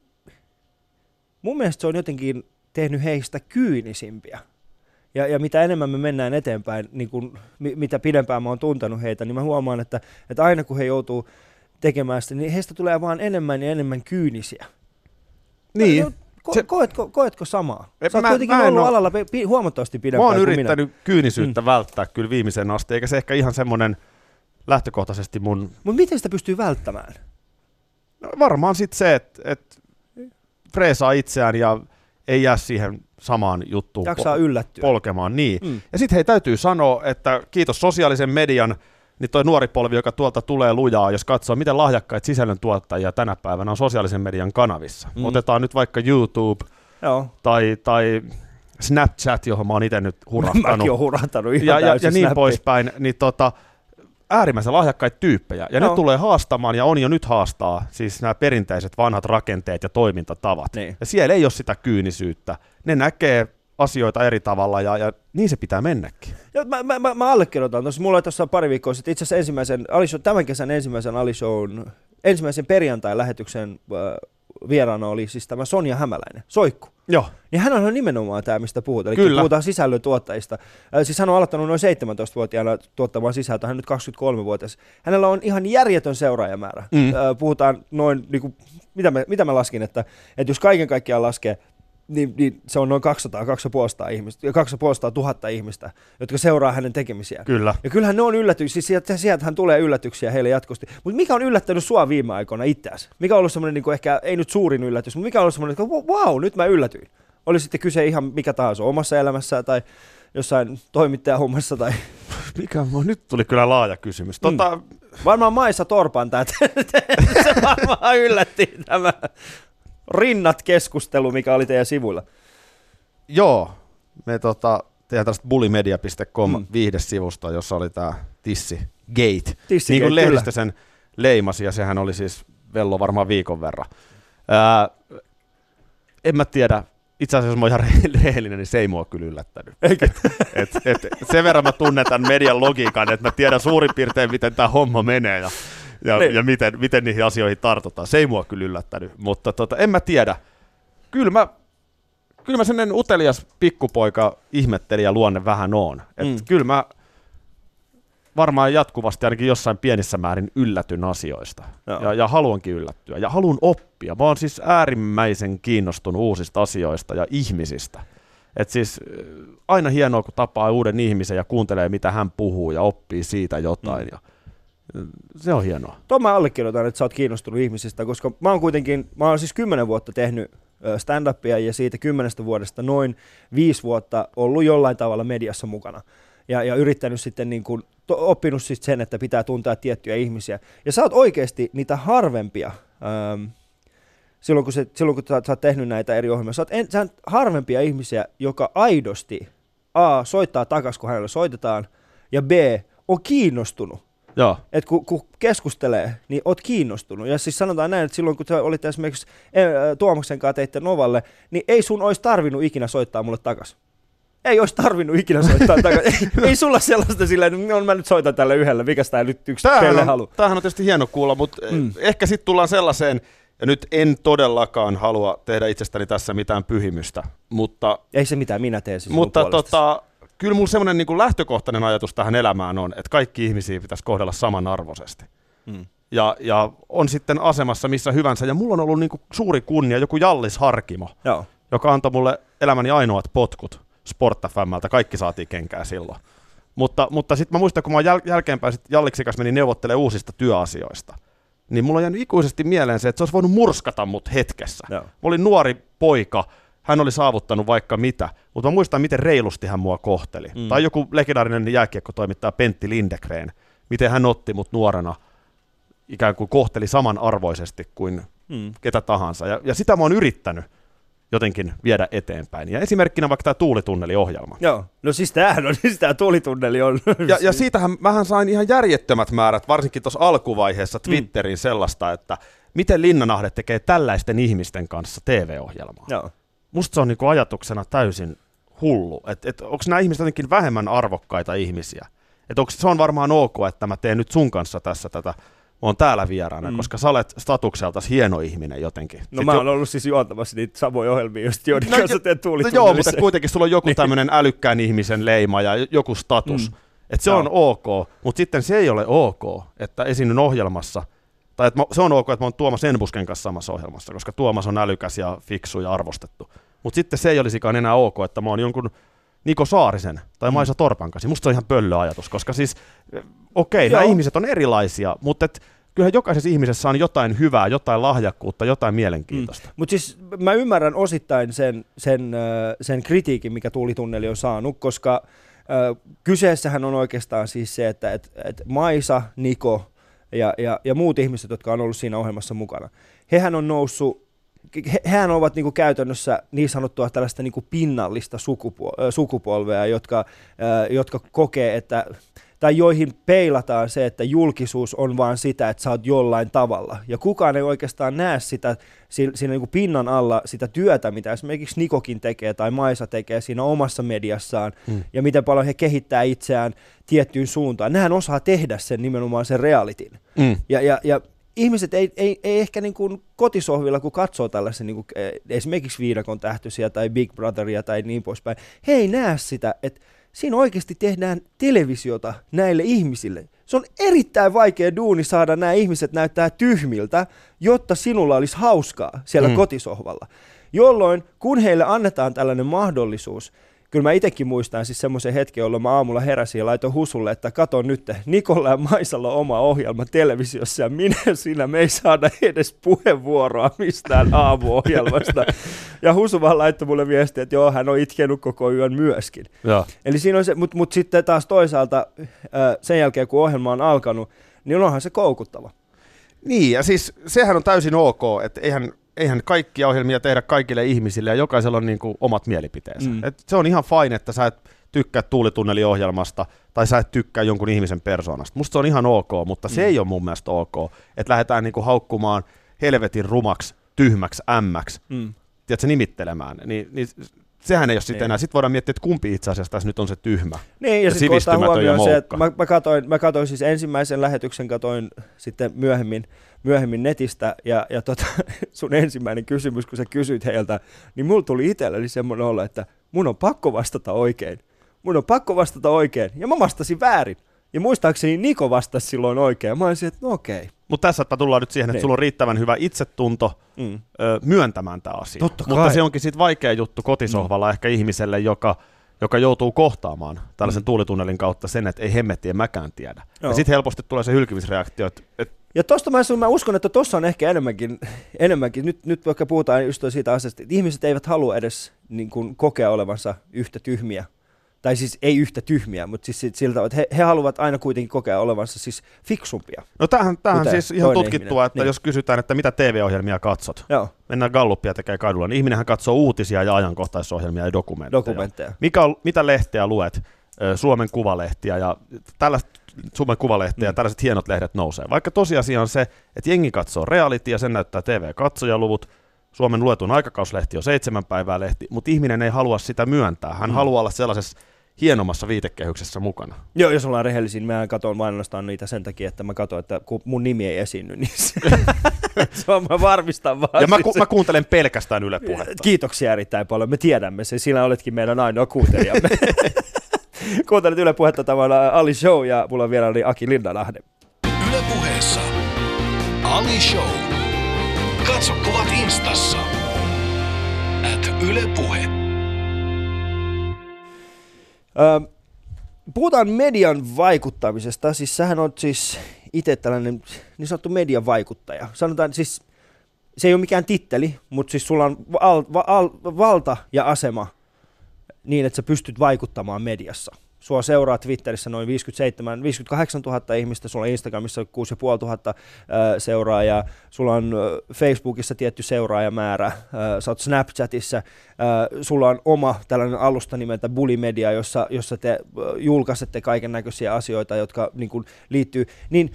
mun mielestä se on jotenkin tehnyt heistä kyynisimpiä. Ja mitä enemmän me mennään eteenpäin, niin kun, mitä pidempään mä oon tuntenut heitä, niin mä huomaan, että aina kun he joutuu tekemään sitä, niin heistä tulee vaan enemmän ja enemmän kyynisiä. Niin. Koetko samaa? Sä oot kuitenkin ollut alalla huomattavasti pidempään kuin minä. Mä oon yrittänyt kyynisyyttä välttää kyllä viimeisen asti, eikä se ehkä ihan semmoinen lähtökohtaisesti mun... Mutta miten sitä pystyy välttämään? No, varmaan sitten se, että freesaa itseään ja ei jää siihen samaan juttuun polkemaan. Niin. Ja sitten hei, täytyy sanoa, että kiitos sosiaalisen median, niin toi nuori polvi, joka tuolta tulee lujaa, jos katsoo, miten lahjakkaita sisällöntuottajia tänä päivänä on sosiaalisen median kanavissa. Otetaan nyt vaikka YouTube tai Snapchat, johon mä oon itse nyt hurahtanut. Mäkin oon hurahtanut ihan ja niin poispäin, niin äärimmäisen lahjakkaita tyyppejä. Ja ne tulee haastamaan, ja on jo nyt haastaa, siis nämä perinteiset vanhat rakenteet ja toimintatavat. Niin. Ja siellä ei ole sitä kyynisyyttä. Ne näkee asioita eri tavalla, ja niin se pitää mennäkin. Mä allekirjoitan. Mulla oli tuossa pari viikkoa sitten itse asiassa tämän kesän ensimmäisen Ali-shown, ensimmäisen perjantai-lähetyksen vieraana oli siis tämä Sonja Hämäläinen, Soikku. Joo. Niin hän on nimenomaan tämä, mistä puhutaan. Eli Kyllä. puhutaan sisällöntuottajista. Siis hän on aloittanut noin 17-vuotiaana tuottamaan sisältöä, hän on nyt 23-vuotias. Hänellä on ihan järjetön seuraajamäärä. Puhutaan noin, niin kuin, mitä mä laskin, että jos kaiken kaikkiaan laskee, niin se on noin 200 ihmistä, 200 000 ihmistä, jotka seuraa hänen tekemisiään. Kyllä. Ja kyllähän ne on yllätyksiä, siis sieltähän tulee yllätyksiä heille jatkuvasti. Mutta mikä on yllättänyt sua viime aikoina itseäsi? Mikä on ollut semmoinen, niin ehkä ei nyt suurin yllätys, mutta mikä on ollut semmoinen, että wow, nyt mä yllätyin. Oli sitten kyse ihan mikä tahansa omassa elämässä tai jossain toimittajahommassa tai... Nyt tuli kyllä laaja kysymys. Varmaan Maissa Torpan se varmaan yllätti tämä Rinnat-keskustelu, mikä oli teidän sivuilla. Joo, me tehdään tällaista bullymedia.com viihdesivusta, jossa oli tämä Tissi-gate. Niin kuin lehdistö sen leimasi, ja sehän oli siis vello varmaan viikon verran. En mä tiedä, itse asiassa jos mä oon ihan rehellinen, niin se ei mua kyllä yllättänyt. Sen verran mä tunnen tämän median logiikan, että mä tiedän suurin piirtein, miten tämä homma menee ja miten niihin asioihin tartutaan. Se ei mua kyllä yllättänyt, mutta en mä tiedä. Kyllä mä sellainen utelias pikkupoika ihmettelijä luonne vähän oon. Kyllä mä varmaan jatkuvasti ainakin jossain pienissä määrin yllätyn asioista. Ja haluankin yllättyä. Ja haluan oppia. Mä oon siis äärimmäisen kiinnostunut uusista asioista ja ihmisistä. Et siis aina hienoa, kun tapaa uuden ihmisen ja kuuntelee, mitä hän puhuu ja oppii siitä jotain. Ja se on hienoa. Tuon mä allekirjoitan, että sä oot kiinnostunut ihmisistä, koska mä oon siis 10 vuotta tehnyt stand-upia ja siitä 10 vuodesta noin 5 vuotta ollut jollain tavalla mediassa mukana. Ja yrittänyt sitten niin kuin, oppinut siis sen, että pitää tuntea tiettyjä ihmisiä. Ja sä oot oikeasti niitä harvempia, silloin kun sä oot tehnyt näitä eri ohjelmia, sä oot harvempia ihmisiä, joka aidosti A, soittaa takaisin, kun hänelle soitetaan, ja B, on kiinnostunut. Joo. Että kun keskustelee, niin oot kiinnostunut. Ja siis sanotaan näin, että silloin kun te olitte esimerkiksi Tuomaksen kanssa teitte Novalle, niin ei sun olisi tarvinnut ikinä soittaa mulle takaisin. Ei olisi tarvinnut ikinä soittaa takaisin. ei sulla sellaista silleen, että mä nyt soitan tälle yhdelle, mikä sitä nyt yksi pelle halu. Tämähän on tietysti hieno kuulla, mutta ehkä sitten tullaan sellaiseen, ja nyt en todellakaan halua tehdä itsestäni tässä mitään pyhimystä, mutta... Ei se mitään, minä teen siis mutta kyllä mulla semmoinen niin kuin lähtökohtainen ajatus tähän elämään on, että kaikki ihmisiä pitäisi kohdella samanarvoisesti. Ja on sitten asemassa missä hyvänsä. Ja mulla on ollut niin kuin suuri kunnia joku Jallis Harkimo, joka antoi mulle elämäni ainoat potkut Sport FM:ltä. Kaikki saatiin kenkää silloin. Mutta sitten mä muistan, kun mä jälkeenpäin sit Jalliksikas meni neuvottelemaan uusista työasioista, niin mulla on jäänyt ikuisesti mieleen se, että se olisi voinut murskata mut hetkessä. Mä olin nuori poika. Hän oli saavuttanut vaikka mitä, mutta mä muistan, miten reilusti hän mua kohteli. Tai joku legendaarinen jääkiekkotoimittaja Pentti Lindegren, miten hän otti mut nuorena, ikään kuin kohteli samanarvoisesti kuin ketä tahansa. Ja sitä mä oon yrittänyt jotenkin viedä eteenpäin. Ja esimerkkinä vaikka tämä Tuulitunneli-ohjelma. Joo, no siis tämähän on, siis tämä Tuulitunneli on. Ja siitähän mähän sain ihan järjettömät määrät, varsinkin tuossa alkuvaiheessa Twitteriin sellaista, että miten Linnanahde tekee tällaisten ihmisten kanssa TV-ohjelmaa. Joo. Musta se on niinku ajatuksena täysin hullu, että onko nämä ihmiset jotenkin vähemmän arvokkaita ihmisiä. Että se on varmaan ok, että mä teen nyt sun kanssa tässä tätä, mä oon täällä vieraana, koska sä olet statukseltasi hieno ihminen jotenkin. No mä oon ollut siis juontamassa niitä samoja ohjelmia, joiden kanssa teen Tuulitunnelissa. Joo, mutta kuitenkin sulla on joku tämmöinen älykkään ihmisen leima ja joku status. Että se on ok, mutta sitten se ei ole ok, että esiinnyn ohjelmassa, tai että se on ok, että mä oon Tuomas Enbusken kanssa samassa ohjelmassa, koska Tuomas on älykäs ja fiksu ja arvostettu. Mutta sitten se ei olisikaan enää ok, että mä oon jonkun Niko Saarisen tai Maisa Torpan kanssa. Musta se on ihan pöllö ajatus, koska siis nämä ihmiset on erilaisia, mutta kyllähän jokaisessa ihmisessä on jotain hyvää, jotain lahjakkuutta, jotain mielenkiintoista. Mutta siis mä ymmärrän osittain sen kritiikin, mikä Tuulitunneli on saanut, koska kyseessähän on oikeastaan siis se, että Maisa, Niko ja muut ihmiset, jotka on ollut siinä ohjelmassa mukana, hehän on noussut hehän ovat niin kuin käytännössä niin sanottua tällaista niin kuin pinnallista sukupolvea, jotka kokee, että tai joihin peilataan se, että julkisuus on vaan sitä, että sä oot jollain tavalla. Ja kukaan ei oikeastaan näe sitä siinä niin kuin pinnan alla sitä työtä, mitä esimerkiksi Nikokin tekee tai Maisa tekee siinä omassa mediassaan, ja miten paljon he kehittää itseään tiettyyn suuntaan. Nehän osaa tehdä sen nimenomaan sen realityn. Ja ihmiset ei ehkä niin kuin kotisohvilla, kun katsoo tällaisen niin kuin esimerkiksi Viidakon tähtöisiä tai Big Brotheria tai niin poispäin, he ei näe sitä, että siinä oikeasti tehdään televisiota näille ihmisille. Se on erittäin vaikea duuni saada nämä ihmiset näyttää tyhmiltä, jotta sinulla olisi hauskaa siellä kotisohvalla. Jolloin, kun heille annetaan tällainen mahdollisuus, kyllä mä itsekin muistan siis semmoisen hetken, jolloin mä aamulla heräsin ja laitoin Husulle, että kato nyt, Nikolla ja Maisalla on oma ohjelma televisiossa ja me ei saada edes puheenvuoroa mistään aamuohjelmasta. Ja Husu vaan laittoi mulle viestiä, että joo, hän on itkenut koko yön myöskin. Ja. Eli siinä on se, mutta sitten taas toisaalta sen jälkeen, kun ohjelma on alkanut, niin onhan se koukuttava. Niin, ja siis sehän on täysin ok, että eihän kaikkia ohjelmia tehdä kaikille ihmisille ja jokaisella on niin kuin omat mielipiteensä. Et se on ihan fine, että sä et tykkää Tuulitunneli-ohjelmasta tai sä et tykkää jonkun ihmisen persoonasta. Musta se on ihan ok, mutta se ei ole mun mielestä ok, että lähdetään niin kuin haukkumaan helvetin rumaksi, tyhmäksi, ämmäksi, tiedätkö, nimittelemään. Niin sehän ei ole sitten enää. Sitten voidaan miettiä, että kumpi itse asiassa tässä nyt on se tyhmä ja sivistymätön ja moukka. Mä katoin siis ensimmäisen lähetyksen, katoin sitten myöhemmin netistä, ja sun ensimmäinen kysymys, kun sä kysyit heiltä, niin mulla tuli itselleni semmoinen olla, että mun on pakko vastata oikein, ja mä vastasin väärin. Ja muistaakseni Niko vastasi silloin oikein, ja mä olisin, että no okei. Mutta tässä tullaan nyt siihen, että sulla on riittävän hyvä itsetunto myöntämään tämä asia. Mutta se onkin sitten vaikea juttu kotisohvalla ehkä ihmiselle, joka joutuu kohtaamaan tällaisen tuulitunnelin kautta sen, että ei hemmetti, en mäkään tiedä. Joo. Ja sitten helposti tulee se hylkimisreaktio. Ja tosta mä uskon, että tossa on ehkä enemmänkin. Nyt vaikka puhutaan just siitä asiasta, että ihmiset eivät halua edes niin kuin kokea olevansa yhtä tyhmiä. Tai siis ei yhtä tyhmiä, mutta siis siltä, että he haluavat aina kuitenkin kokea olevansa siis fiksumpia. No tämähän siis ihan tutkittua, että jos kysytään, että mitä TV-ohjelmia katsot, mennään Gallupia tekee kadulla, niin ihminenhän katsoo uutisia ja ajankohtaisohjelmia ja dokumentteja. Mitä lehteä luet? Suomen Kuvalehtiä ja Suomen Kuvalehtiä ja tällaiset hienot lehdet nousee. Vaikka tosiasia on se, että jengi katsoo reality ja sen näyttää TV-katsojaluvut, Suomen luetun aikakauslehti on 7 päivää lehti, mutta ihminen ei halua sitä myöntää. Hän haluaa olla sellaisessa hienommassa viitekehyksessä mukana. Joo, jos ollaan rehellisiä, niin mä katson mainostaan niitä sen takia, että mä katson, että kun mun nimi ei esiinny, niin se on, mä varmistan vaan. Ja mä kuuntelen pelkästään Yle Puhetta. Kiitoksia erittäin paljon, me tiedämme sen, sinä oletkin meidän ainoa kuuntelijamme. Kuuntelit Yle Puhetta, tämä on Ali Show ja mulla on vielä Aki Linnanahde. Yle Puheessa Ali Show. Katso kuvat Instassa. @Yle Puhe. Puhutaan median vaikuttamisesta. Siis sähän on siis itse tällainen niin sanottu median vaikuttaja. Sanotaan siis, se ei ole mikään titteli, mutta siis sulla on valta ja asema niin, että sä pystyt vaikuttamaan mediassa. Sua seuraa Twitterissä noin 58 000 ihmistä, sulla on Instagramissa 6 500 seuraajaa, sulla on Facebookissa tietty seuraajamäärä, sä oot Snapchatissa, sulla on oma tällainen alusta nimeltä Bully Media, jossa te julkaisette kaiken näköisiä asioita, jotka niin kuin liittyy, niin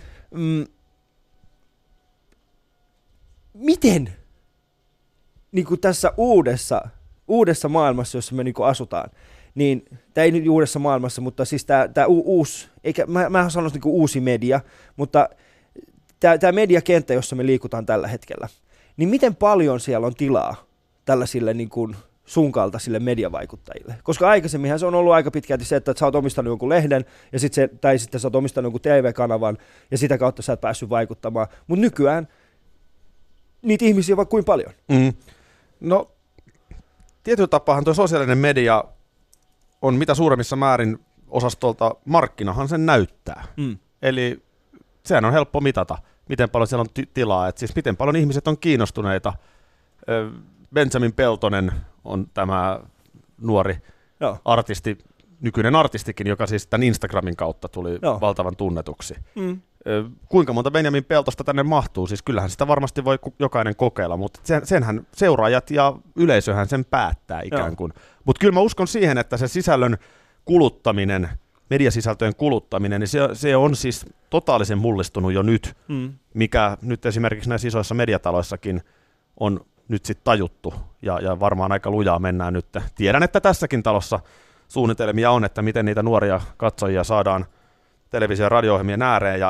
miten niin kuin tässä uudessa maailmassa, jossa me niin kuin asutaan, niin tämä ei nyt uudessa maailmassa, mutta siis tämä uusi, eikä mä sanoisin niin kuin uusi media, mutta tämä mediakenttä, jossa me liikutaan tällä hetkellä, niin miten paljon siellä on tilaa tällaisille niin kuin sun kaltaisille mediavaikuttajille? Koska aikaisemminhan se on ollut aika pitkälti se, että sä oot omistanut jonkun lehden, ja tai sitten sä oot omistanut jonkun TV-kanavan, ja sitä kautta sä et päässyt vaikuttamaan. Mutta nykyään niitä ihmisiä on vaikka kuin paljon. No, tietyllä tapaahan tuo sosiaalinen media on mitä suuremmissa määrin osastolta markkinahan sen näyttää. Eli sehän on helppo mitata, miten paljon siellä on tilaa, että siis miten paljon ihmiset on kiinnostuneita. Benjamin Peltonen on tämä nuori artisti, nykyinen artistikin, joka siis tämän Instagramin kautta tuli valtavan tunnetuksi. kuinka monta Benjamin Peltosta tänne mahtuu, siis kyllähän sitä varmasti voi jokainen kokeilla, mutta senhän seuraajat ja yleisöhän sen päättää ikään kuin. Mutta kyllä mä uskon siihen, että se sisällön kuluttaminen, mediasisältöjen kuluttaminen, niin se on siis totaalisen mullistunut jo nyt, mikä nyt esimerkiksi näissä isoissa mediataloissakin on nyt sitten tajuttu, ja varmaan aika lujaa mennään nyt. Tiedän, että tässäkin talossa suunnitelmia on, että miten niitä nuoria katsojia saadaan televisio- ja radio-ohjelmien ääreen,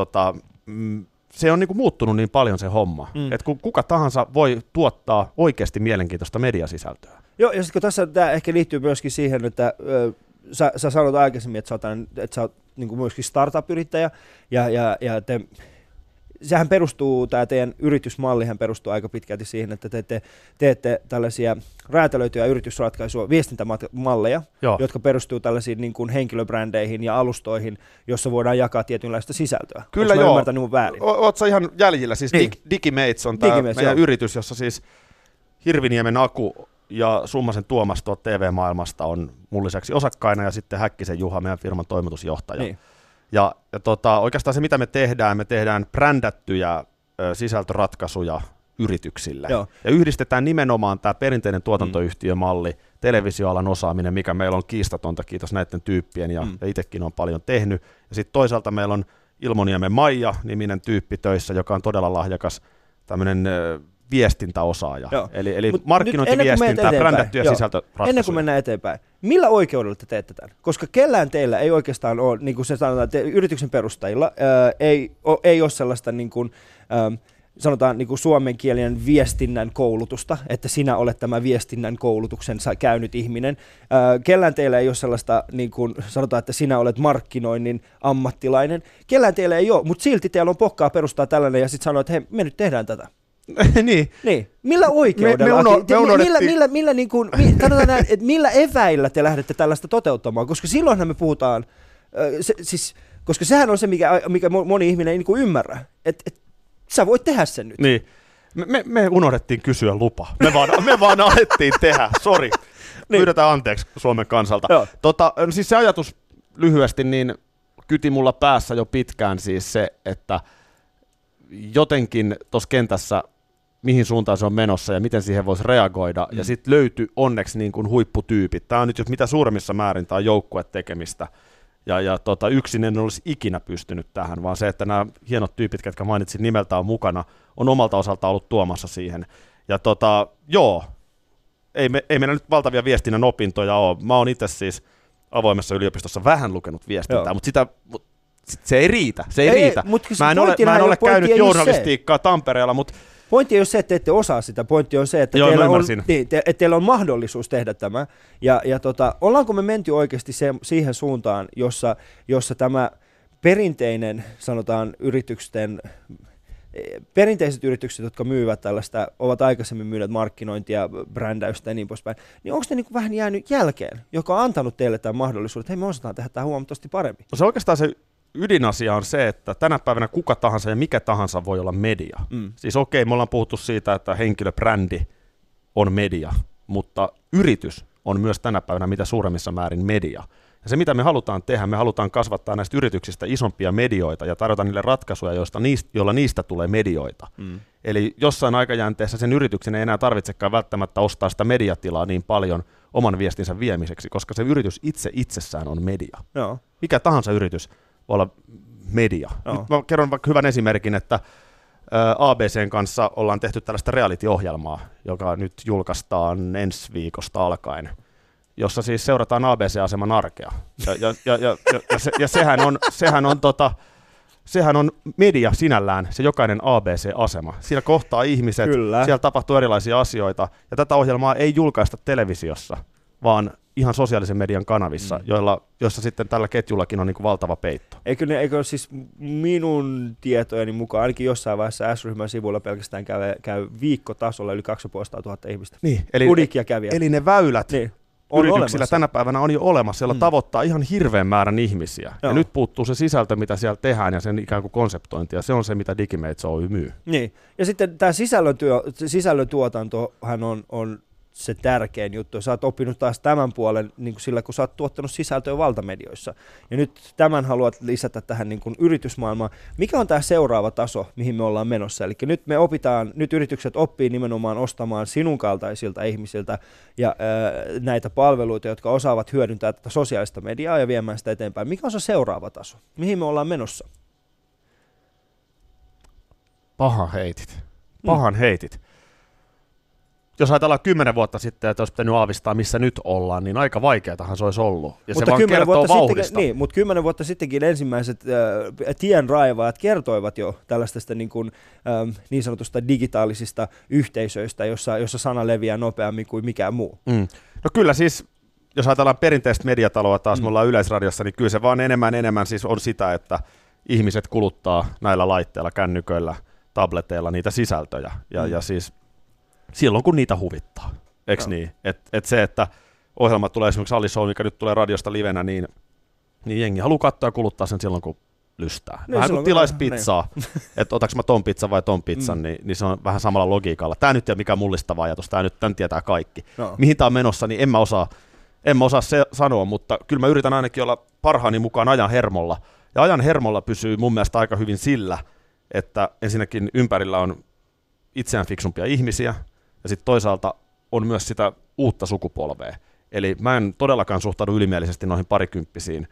se on niinku muuttunut niin paljon se homma, että kuka tahansa voi tuottaa oikeasti mielenkiintoista mediasisältöä. Joo, ja sitten kun tässä tämä ehkä liittyy myöskin siihen, että sä sanoit aikaisemmin, että sä oot niinku myöskin startup-yrittäjä, ja sehän perustuu, tämä teidän yritysmallihan perustuu aika pitkälti siihen, että te teette tällaisia räätälöityjä yritysratkaisuja, viestintämalleja, jotka perustuu tällaisiin niin kuin henkilöbrändeihin ja alustoihin, jossa voidaan jakaa tietynlaista sisältöä. Kyllä joo. Ymmärtänyt väärin? Oot sä ihan jäljillä, siis niin. Digimates on tämä meidän yritys, jossa siis Hirviniemen Aku ja Summasen Tuomas tuolta TV-maailmasta on mun lisäksi osakkaina, ja sitten Häkkisen Juha, meidän firman toimitusjohtaja. Niin. Ja oikeastaan se, mitä me tehdään brändättyjä sisältöratkaisuja yrityksille. Joo. Ja yhdistetään nimenomaan tämä perinteinen tuotantoyhtiömalli, televisioalan osaaminen, mikä meillä on kiistatonta, kiitos näiden tyyppien, ja itsekin on paljon tehnyt. Ja sitten toisaalta meillä on Ilmoniemen Maija-niminen tyyppi töissä, joka on todella lahjakas tämmöinen viestintäosaaja. Eli markkinointiviestintää, brändättyjä sisältöratkaisuja. Ennen kuin mennään eteenpäin, millä oikeudella te teette tämän? Koska kellään teillä ei oikeastaan ole, niin kuin se sanotaan, että yrityksen perustajilla ei ole sellaista, niin kuin, sanotaan niin kuin suomenkielinen viestinnän koulutusta, että sinä olet tämä viestinnän koulutuksen käynyt ihminen. Kellään teillä ei ole sellaista, niin kuin sanotaan, että sinä olet markkinoinnin ammattilainen. Kellään teillä ei ole, mutta silti teillä on pokkaa perustaa tällainen ja sitten sanoa, että hei, me nyt tehdään tätä. niin. Millä oikeudella? Millä eväillä te lähdette tällaista toteuttamaan? Koska silloinhan me puhutaan, koska sehän on se, mikä moni ihminen ei niin ymmärrä, että sä voit tehdä sen nyt. Niin. Me unohdettiin kysyä lupa. Me vaan alettiin tehdä, sori. Niin. Pyydetään anteeksi Suomen kansalta. Siis se ajatus lyhyesti niin kyti mulla päässä jo pitkään siis se, että jotenkin tuossa kentässä, mihin suuntaan se on menossa ja miten siihen voisi reagoida. Ja sitten löytyi onneksi niin kuin huipputyypit. Tämä on nyt mitä suuremmissa määrin tämä joukkuetekemistä. Ja yksin en olisi ikinä pystynyt tähän, vaan se, että nämä hienot tyypit, jotka mainitsin nimeltään mukana, on omalta osalta ollut tuomassa siihen. Ja ei meillä nyt valtavia viestinnän opintoja ole. Mä oon itse siis avoimessa yliopistossa vähän lukenut viestintää, mutta se ei riitä. Mä en ole käynyt journalistiikkaa Tampereella, mutta pointti ei ole se, että ette osaa sitä. Pointti on se, että teillä on mahdollisuus tehdä tämä. Ja ollaanko me menty oikeasti siihen suuntaan, jossa tämä perinteinen, sanotaan perinteiset yritykset, jotka myyvät tällaista, ovat aikaisemmin myyneet markkinointia, brändäystä ja niin poispäin, niin onko ne niin kuin vähän jäänyt jälkeen, joka on antanut teille tämän mahdollisuuden, että hei, me osataan tehdä tämä huomattavasti paremmin? No se oikeastaan se ydinasia on se, että tänä päivänä kuka tahansa ja mikä tahansa voi olla media. Siis okei, me ollaan puhuttu siitä, että henkilöbrändi on media, mutta yritys on myös tänä päivänä mitä suuremmissa määrin media. Ja se, mitä me halutaan tehdä, me halutaan kasvattaa näistä yrityksistä isompia medioita ja tarjota niille ratkaisuja, joilla niistä tulee medioita. Eli jossain aikajänteessä sen yrityksen ei enää tarvitsekaan välttämättä ostaa sitä mediatilaa niin paljon oman viestinsä viemiseksi, koska se yritys itsessään on media. Joo. Mikä tahansa yritys voi olla media. Nyt mä kerron vaikka hyvän esimerkin, että ABCn kanssa ollaan tehty tällaista reality-ohjelmaa, joka nyt julkaistaan ensi viikosta alkaen, jossa siis seurataan ABC-aseman arkea. Ja sehän on media sinällään, se jokainen ABC-asema. Siinä kohtaa ihmiset, siellä tapahtuu erilaisia asioita, ja tätä ohjelmaa ei julkaista televisiossa, vaan ihan sosiaalisen median kanavissa, joissa sitten tällä ketjullakin on niin kuin valtava peitto. Eikö siis minun tietojeni mukaan, ainakin jossain vaiheessa S-ryhmän sivuilla pelkästään käy viikkotasolla yli 2500 ihmistä. Niin, uniikkia kävijät. Eli ne väylät yrityksillä tänä päivänä on jo olemassa, jolla tavoittaa ihan hirveän määrän ihmisiä. Joo. Ja nyt puuttuu se sisältö, mitä siellä tehdään, ja sen ikään kuin konseptointi, ja se on se, mitä Digimates Oy myy. Niin, ja sitten tämä sisällön tuotantohan on se tärkein juttu. Sä oot oppinut taas tämän puolen niin kuin sillä, kun sä oot tuottanut sisältöä valtamedioissa. Ja nyt tämän haluat lisätä tähän niin kuin yritysmaailmaan. Mikä on tämä seuraava taso, mihin me ollaan menossa? Eli nyt yritykset oppii nimenomaan ostamaan sinun kaltaisilta ihmisiltä ja näitä palveluita, jotka osaavat hyödyntää tätä sosiaalista mediaa ja viemään sitä eteenpäin. Mikä on se seuraava taso? Mihin me ollaan menossa? Pahan heitit. Jos ajatellaan 10 vuotta sitten, että olisi pitänyt aavistaa, missä nyt ollaan, niin aika vaikeatahan se olisi ollut. Ja mutta se vaan kertoo vauhdista. Mutta 10 vuotta sittenkin ensimmäiset tienraivaajat kertoivat jo tällaista niin sanotusta digitaalisista yhteisöistä, jossa sana leviää nopeammin kuin mikään muu. No kyllä siis, jos ajatellaan perinteistä mediataloa taas, me ollaan Yleisradiossa, niin kyllä se vaan enemmän siis on sitä, että ihmiset kuluttaa näillä laitteilla, kännyköillä, tableteilla niitä sisältöjä. Ja siis silloin, kun niitä huvittaa. Eikö niin? Et se, että ohjelma tulee esimerkiksi Ali Show, mikä nyt tulee radiosta livenä, niin jengi haluaa katsoa ja kuluttaa sen silloin, kun lystää. Vähän kuin tilaisi pizzaa, että otaks mä ton pizzan vai ton pizzan, niin se on vähän samalla logiikalla. Tää nyt ei ole mikään mullistava ajatus, tän tietää kaikki. No. Mihin tää on menossa, niin en mä osaa sanoa, mutta kyllä mä yritän ainakin olla parhaani mukaan ajan hermolla. Ja ajan hermolla pysyy mun mielestä aika hyvin sillä, että ensinnäkin ympärillä on itseään fiksumpia ihmisiä, ja sitten toisaalta on myös sitä uutta sukupolvea. Eli mä en todellakaan suhtaudu ylimielisesti noihin parikymppisiin,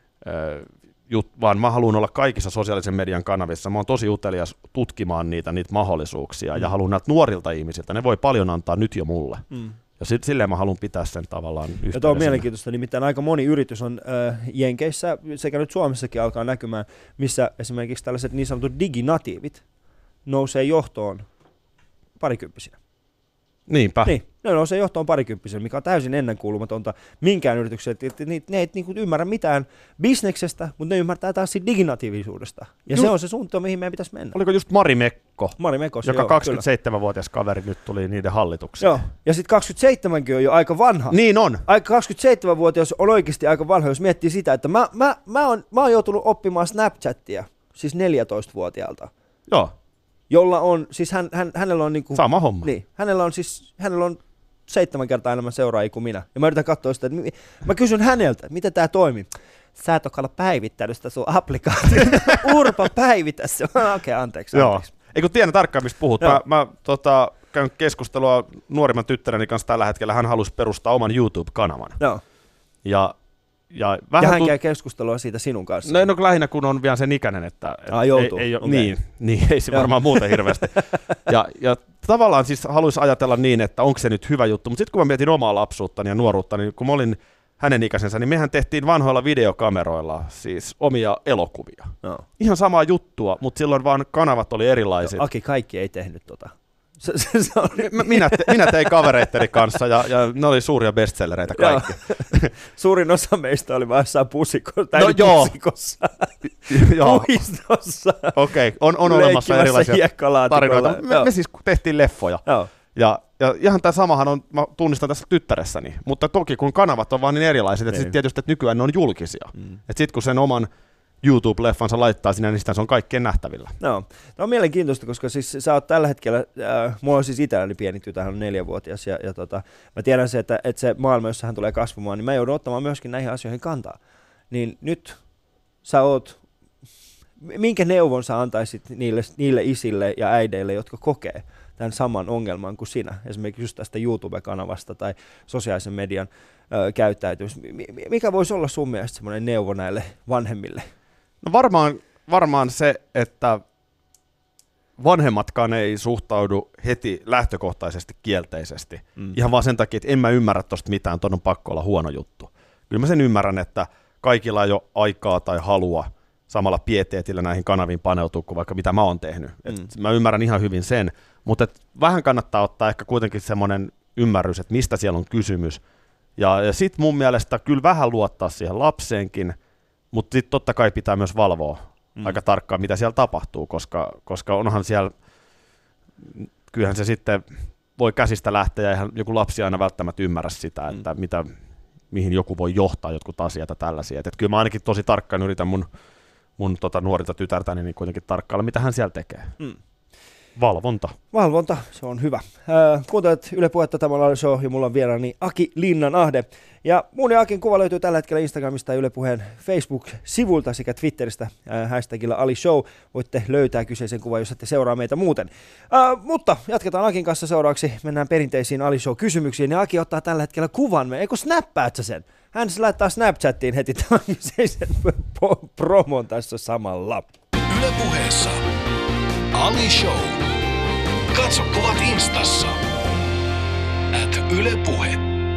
vaan mä haluan olla kaikissa sosiaalisen median kanavissa. Mä oon tosi utelias tutkimaan niitä mahdollisuuksia, ja haluan näiltä nuorilta ihmisiltä. Ne voi paljon antaa nyt jo mulle. Ja silleen mä haluan pitää sen tavallaan yhteydessä. Ja tuo on mielenkiintoista, nimittäin aika moni yritys on Jenkeissä, sekä nyt Suomessakin alkaa näkymään, missä esimerkiksi tällaiset niin sanotut diginatiivit nousee johtoon parikymppisinä. Niinpä. Niin, ne nousee johtoon parikymppisenä, mikä on täysin ennenkuulumatonta minkään yrityksen, että ne ei niinku ymmärrä mitään bisneksestä, mutta ne ymmärtää taas siitä diginatiivisuudesta. Ja se on se suunta, mihin meidän pitäisi mennä. Oliko just Mari Mekko, joka 27-vuotias kyllä. kaveri nyt tuli niiden hallitukseen? Joo, ja sitten 27kin on jo aika vanha. Niin on. 27-vuotias on oikeasti aika vanha, jos miettii sitä, että mä oon joutunut oppimaan Snapchatia, siis 14-vuotiaalta. Joo. Jolla on, siis hänellä on niinku... Sama homma. Niin, hänellä on 7 kertaa enemmän seuraajia kuin minä. Ja mä yritän katsoa sitä, että mä kysyn häneltä, miten tää toimii. Sä et ole päivittänyt sitä sun applikaatiota. Urpa, päivitä se. Okei, anteeksi. Joo. Ei kun tiedän tarkkaan, mistä puhut. Mä käyn keskustelua nuorimman tyttäreni kanssa tällä hetkellä. Hän halusi perustaa oman YouTube-kanavan. Joo. Ja hän käy keskustelua siitä sinun kanssa. No lähinnä kun on vielä sen ikäinen, että joutuu. Niin, ei se varmaan muuten hirveästi. Ja tavallaan siis haluaisi ajatella niin, että onko se nyt hyvä juttu, mutta sitten kun mä mietin omaa lapsuuttani ja nuoruutta, niin kun mä olin hänen ikäisensä, niin mehän tehtiin vanhoilla videokameroilla siis omia elokuvia. No. Ihan samaa juttua, mutta silloin vaan kanavat oli erilaiset. Aki, kaikki ei tehnyt tota. Minä tein kavereitteni kanssa ja ne oli suuria bestsellereitä kaikki. Suurin osa meistä oli vaan jossain pusikossa. Puistossa. Okei, on olemassa erilaisia tarinoita. Me siis tehtiin leffoja. Joo. Ja ihan tämä samahan on, mä tunnistan tässä tyttäressäni, mutta toki kun kanavat on vaan niin erilaiset, että sitten tietysti että nykyään ne on julkisia. Että sitten kun sen oman YouTube-leffansa laittaa sinne, niin sitä on kaikkien nähtävillä. No, tämä on mielenkiintoista, koska siis sä oot tällä hetkellä, mulla on siis itselläni pieni tytär, hän on 4-vuotias, ja mä tiedän se, että se maailma, jossa hän tulee kasvamaan, niin mä joudun ottamaan myöskin näihin asioihin kantaa. Niin nyt sä oot, minkä neuvon sä antaisit niille isille ja äideille, jotka kokee tämän saman ongelman kuin sinä, esimerkiksi just tästä YouTube-kanavasta tai sosiaalisen median käyttäytymistä. Mikä voisi olla sun mielestä semmoinen neuvo näille vanhemmille? No varmaan se, että vanhemmatkaan ei suhtaudu heti lähtökohtaisesti kielteisesti. Ihan vaan sen takia, että en mä ymmärrä tosta mitään, ton on pakko olla huono juttu. Kyllä mä sen ymmärrän, että kaikilla ei ole aikaa tai halua samalla pieteetillä näihin kanaviin paneutua kuin vaikka mitä mä oon tehnyt. Mä ymmärrän ihan hyvin sen, mutta vähän kannattaa ottaa ehkä kuitenkin semmoinen ymmärrys, että mistä siellä on kysymys. Ja sitten mun mielestä kyllä vähän luottaa siihen lapseenkin, mutta sitten totta kai pitää myös valvoa aika tarkkaan, mitä siellä tapahtuu, koska onhan siellä, kyllähän se sitten voi käsistä lähteä, ja eihän joku lapsi aina välttämättä ymmärrä sitä, että mihin joku voi johtaa jotkut asiat ja tällaisia. Et kyllä mä ainakin tosi tarkkaan yritän mun nuorilta tytärtäni niin kuitenkin tarkkailla, mitä hän siellä tekee. Valvonta, se on hyvä. Kuuntelet Yle Puhetta, tämä on Ali Show ja mulla on vieraani Aki Linnanahde. Ja mun ja Akin kuva löytyy tällä hetkellä Instagramista ja Yle Puheen Facebook-sivulta sekä Twitteristä hashtagilla Ali Show. Voitte löytää kyseisen kuvan, jos ette seuraa meitä muuten. Mutta jatketaan Akin kanssa seuraavaksi. Mennään perinteisiin Ali Show-kysymyksiin. Ja Aki ottaa tällä hetkellä kuvan. Eikö snappaat sä sen? Hän se laittaa Snapchattiin heti tämän kyseisen promon tässä samalla. Yle Puheessa Ali Show. Katso kuvat Instassa. @Yle Puhe.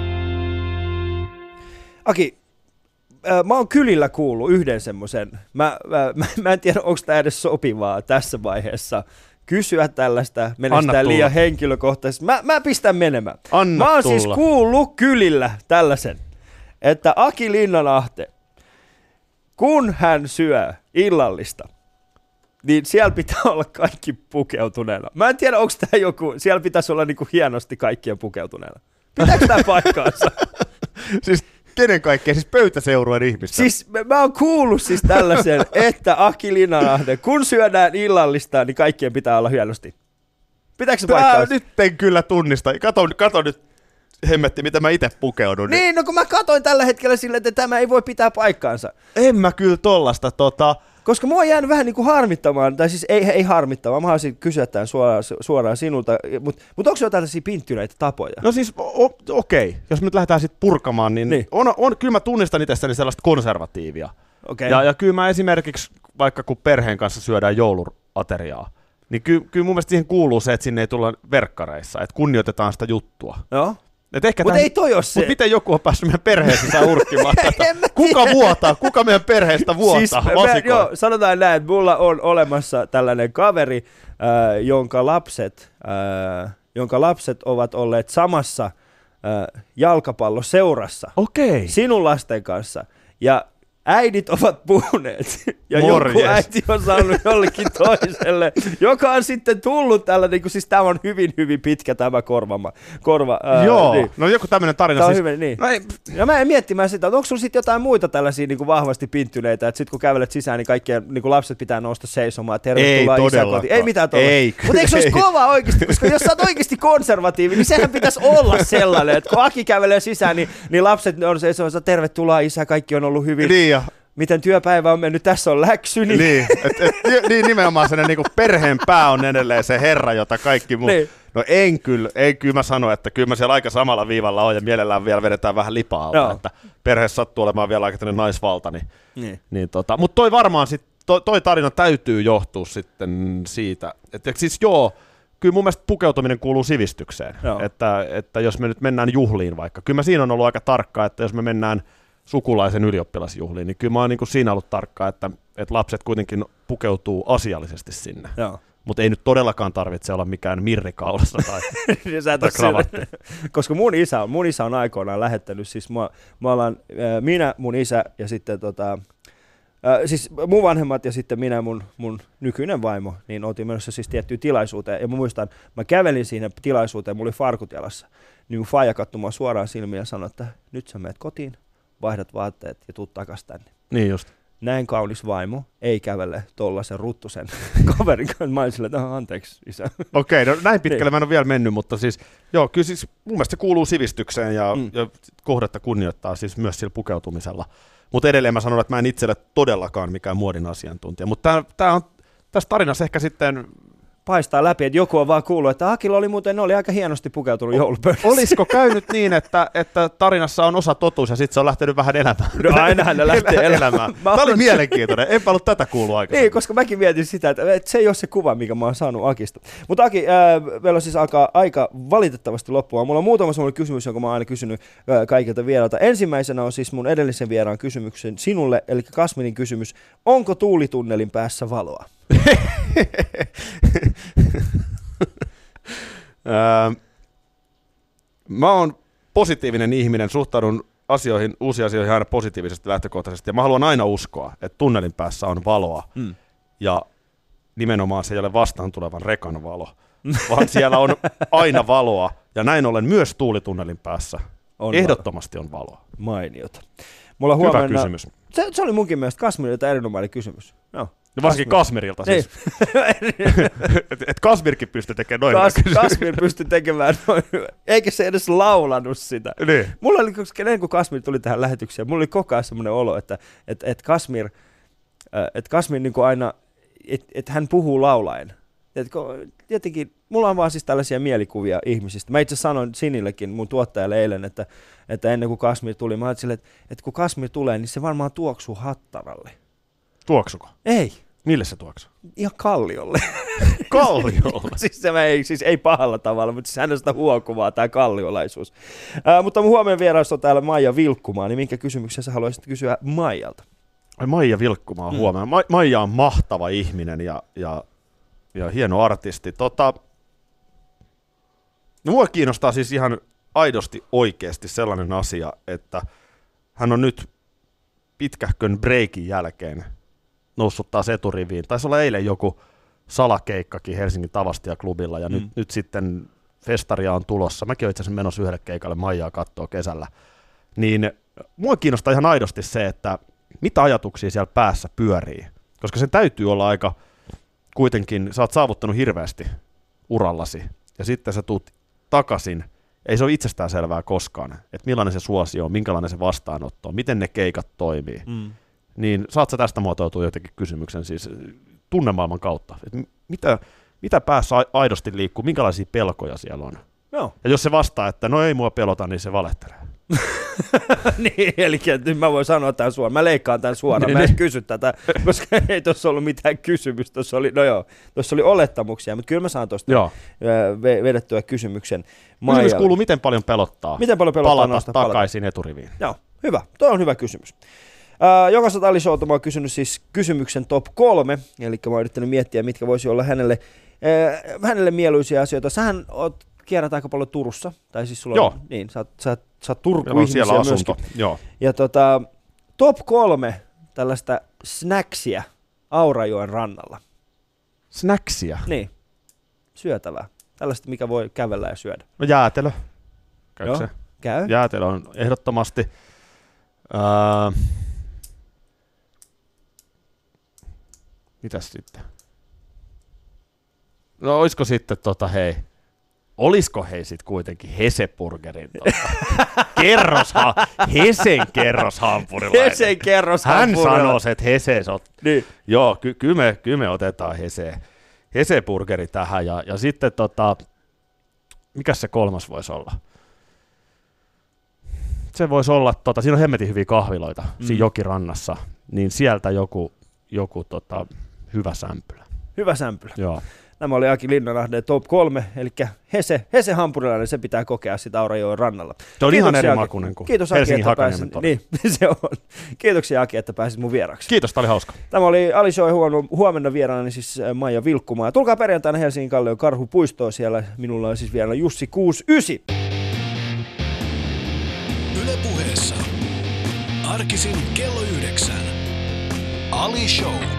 Aki, mä oon kylillä kuullut yhden semmoisen. Mä en tiedä, onko tämä edes sopivaa tässä vaiheessa kysyä tällaista, menestään liian henkilökohtaisesti. Mä pistän menemään. Mä oon siis kuullut kylillä tällaisen, että Aki Linnanahde, kun hän syö illallista, niin siellä pitää olla kaikki pukeutuneena. Mä en tiedä, onko tämä joku, siellä pitäisi olla niinku hienosti kaikkien pukeutuneena. Pitääkö tämä paikkaansa? Siis kenen kaikkea? Siis pöytäseurueen ihmistä? Siis mä oon kuullut siis tällaisen, että Aki Linnanahde, kun syödään illallista, niin kaikkien pitää olla hienosti. Pitääkö se paikkaansa? Nyt en kyllä tunnista. Kato nyt, hemmetti, mitä mä itse pukeudun. Niin, no kun mä katoin tällä hetkellä silleen, että tämä ei voi pitää paikkaansa. En mä kyllä tollasta Koska mua on jäänyt vähän niin kuin harmittamaan, tai siis ei harmittamaan, mä haluaisin kysyä tämän suoraan sinulta, mutta onko se jo tällaisia pinttyneitä tapoja? No siis okei, jos me nyt lähdetään sitten purkamaan, niin. Kyllä mä tunnistan itsestäni sellaista konservatiivia. Okay. Ja kyllä mä esimerkiksi, vaikka kun perheen kanssa syödään jouluateriaa, niin kyllä mun mielestä siihen kuuluu se, että sinne ei tulla verkkareissa, että kunnioitetaan sitä juttua. Joo. Mutta ei toi ole se. Mutta miten joku on päässyt meidän perheen sisään urkkimaan tätä? Kuka vuotaa? Kuka meidän perheestä vuotaa? Siis joo, sanotaan näin, että mulla on olemassa tällainen kaveri, jonka lapset ovat olleet samassa jalkapalloseurassa sinun lasten kanssa. Ja äidit ovat puhuneet, ja joku äiti on saanut jollekin toiselle, joka on sitten tullut tällainen, siis tämä on hyvin, hyvin pitkä tämä korva. Joo, niin. No joku tämmöinen tarina. Tämä on hyvin, niin. Ja mä en miettimään sitä, että onko sulla sitten jotain muita tällaisia niin kuin vahvasti pinttyneitä, että sitten kun kävelet sisään, niin kaikkien niin kuin lapset pitää nousta seisomaan, tervetuloa isäkotiin. Ei mitään tuolla. Mutta eikö se olisi kova oikeasti, koska jos sä oot oikeasti konservatiivi, niin sehän pitäisi olla sellainen, että kun Aki kävelee sisään, niin lapset on seisomassa, tervetuloa isä, kaikki on ollut hyvin. Niin. Miten työpäivä on mennyt, tässä on läksyni. Niin nimenomaan sellainen niin perheen pää on edelleen se herra, jota kaikki muu. Niin. No en kyllä mä sano, että kyllä mä siellä aika samalla viivalla on ja mielellään vielä vedetään vähän lipaa alta, että perheessä sattuu olemaan vielä aika naisvalta. Mutta toi varmaan toi tarina täytyy johtua sitten siitä, että siis kyllä mun mielestä pukeutuminen kuuluu sivistykseen, että jos me nyt mennään juhliin vaikka, kyllä mä siinä on ollut aika tarkkaa, että jos me mennään sukulaisen ylioppilasjuhliin, niin kyllä mä oon niin kuin siinä ollut tarkkaa, että lapset kuitenkin pukeutuu asiallisesti sinne. Mutta ei nyt todellakaan tarvitse olla mikään mirrikaulassa tai kravatti. Koska mun isä on aikoinaan lähettänyt, siis minä, mun isä ja sitten siis mun vanhemmat ja sitten minä mun nykyinen vaimo, niin oltiin menossa siis tiettyyn tilaisuuteen. Ja mä muistan, mä kävelin siinä tilaisuuteen, mulla oli farkut jalassa. Niin mun faija katsoi mua suoraan silmiin ja sanoi, että nyt sä menet kotiin, vaihdat vaatteet ja tuut takas tänne. Niin just. Näin kaunis vaimo ei kävele tollasen ruttusen kaverin kanssa. Mä olin silleen, että anteeksi isä. Okei, no näin pitkälle mä en ole vielä mennyt, mutta siis kyllä siis mun mielestä se kuuluu sivistykseen ja kohdetta kunnioittaa siis myös sillä pukeutumisella. Mutta edelleen mä sanon, että mä en itselle todellakaan mikään muodin asiantuntija. Mutta tää on tässä tarinassa ehkä sitten paistaa läpi, että joku on vaan kuullut, että Akilla oli aika hienosti pukeutunut joulupöydässä. Olisiko käynyt niin, että tarinassa on osa totuus ja sitten se on lähtenyt vähän elämään? No ainahan ne lähtee elämään. Tämä oli mielenkiintoinen, enpä ollut tätä kuullut aikaisemmin. Niin, koska mäkin mietin sitä, että se ei ole se kuva, mikä mä oon saanut Akista. Mutta Aki, meillä on siis aika valitettavasti loppumaan. Mulla on muutama sellainen kysymys, jonka mä oon aina kysynyt kaikilta vierailta. Ensimmäisenä on siis mun edellisen vieraan kysymyksen sinulle, eli Kasminin kysymys. Onko tuulitunnelin päässä valoa? Mä oon positiivinen ihminen, suhtaudun uusiin asioihin aina positiivisesti lähtökohtaisesti ja mä haluan aina uskoa, että tunnelin päässä on valoa ja nimenomaan se ei ole vastaan tulevan rekan valo, vaan siellä on aina valoa ja näin ollen myös tuulitunnelin päässä ehdottomasti on valoa. Mainiota. Hyvä kysymys. Se oli munkin mielestä Kasminilta erinomainen kysymys. Joo. No varsinkin Kasmirilta siis. Et Kasmirkin pystyy tekemään noin. Kasmir pystyi tekemään noin. Eikä se edes laulanut sitä. Niin. Mulla oli, kun Kasmir tuli tähän lähetykseen, mulla oli koko ajan semmoinen olo, että Kasmir niin kuin aina, että hän puhuu laulaen. Tietenkin, mulla on vaan siis tällaisia mielikuvia ihmisistä. Mä itse sanoin Sinillekin, mun tuottajalle eilen, että ennen kuin Kasmir tuli, mä ajattelin, että kun Kasmir tulee, niin se varmaan tuoksuu Hattaralle. Tuoksuko? Ei. Mille se tuoksuu? Ihan Kalliolle. Kalliolle? siis ei pahalla tavalla, mutta siis hänestä huokuvaa tämä kalliolaisuus. Mutta mun huomenna vierassa on täällä Maija Vilkkumaa, niin minkä kysymyksen sä haluaisit kysyä Maijalta? Maija Vilkkumaa huomenna. Maija on mahtava ihminen ja hieno artisti. No, mua kiinnostaa siis ihan aidosti oikeasti sellainen asia, että hän on nyt pitkähkön breikin jälkeen noussut taas eturiviin. Taisi olla eilen joku salakeikkakin Helsingin Tavastia-klubilla ja nyt sitten festaria on tulossa. Mäkin olen itse asiassa menossa yhdelle keikalle Maijaa kattoo kesällä. Niin mua kiinnostaa ihan aidosti se, että mitä ajatuksia siellä päässä pyörii. Koska sen täytyy olla aika kuitenkin, sä oot saavuttanut hirveästi urallasi ja sitten sä tuut takaisin. Ei se ole itsestään selvää koskaan, että millainen se suosio on, minkälainen se vastaanotto on, miten ne keikat toimii. Niin saat sä tästä muotoutua jotenkin kysymyksen siis tunnemaailman kautta, että mitä päässä aidosti liikkuu, minkälaisia pelkoja siellä on. Joo. Ja jos se vastaa, että no ei mua pelota, niin se valehtelee. Niin, eli nyt mä voin sanoa tämän suoraan. Mä leikkaan tämän suoraan, mä en kysy tätä, koska ei tuossa ollut mitään kysymystä. Tuossa oli olettamuksia, mutta kyllä mä saan tuosta vedettyä kysymyksen. Kysymys kuuluu, miten paljon pelottaa, palata takaisin eturiviin? Joo, hyvä. Tuo on hyvä kysymys. Jokaiselta Ali Showta mä oon kysynyt siis kysymyksen top 3, eli mä oon yrittänyt miettiä, mitkä voisi olla hänelle mieluisia asioita. Sähän kierrät aika paljon Turussa, tai siis sulla on, niin, sä oot Turku-ihmisiä myöskin. Joo. Ja top 3 tällaista snacksia Aurajoen rannalla. Snacksia? Niin, syötävää. Tällaista, mikä voi kävellä ja syödä. No jäätelö. Käykö se? Käy. Jäätelö on ehdottomasti. Mitäs sitten? No olisiko sitten olisiko sit kuitenkin Hese-burgerin Hesen kerroshampurilainen. Hesen kerroshampurilainen. Hän sanoo, että Hese on. Niin. Joo, kyllä me otetaan Hese-burgeri tähän ja sitten mikäs se kolmas voisi olla? Se voisi olla, siinä on hemmetin hyviä kahviloita siinä jokirannassa, niin sieltä joku hyvä sämpylä. Hyvä sämpylä. Joo. Nämä oli Aki Linnanahden top 3, eli Hese hampurilainen, se pitää kokea sitä Aurajoen rannalla. Se on ihan eri makuinen kuin Helsingin Hakaniemen tori. Niin, se on. Kiitoksia Aki, että pääsit mun vieraksi. Kiitos, tämä oli hauska. Tämä oli Ali Show, huomenna vieraana siis Maija Vilkkumaa. Tulkaa perjantaina Helsingin Kallion Karhupuistoon, siellä minulla on siis vieraana Jussi 69. Yle Puheessa. Arkisin kello 9. Ali Show.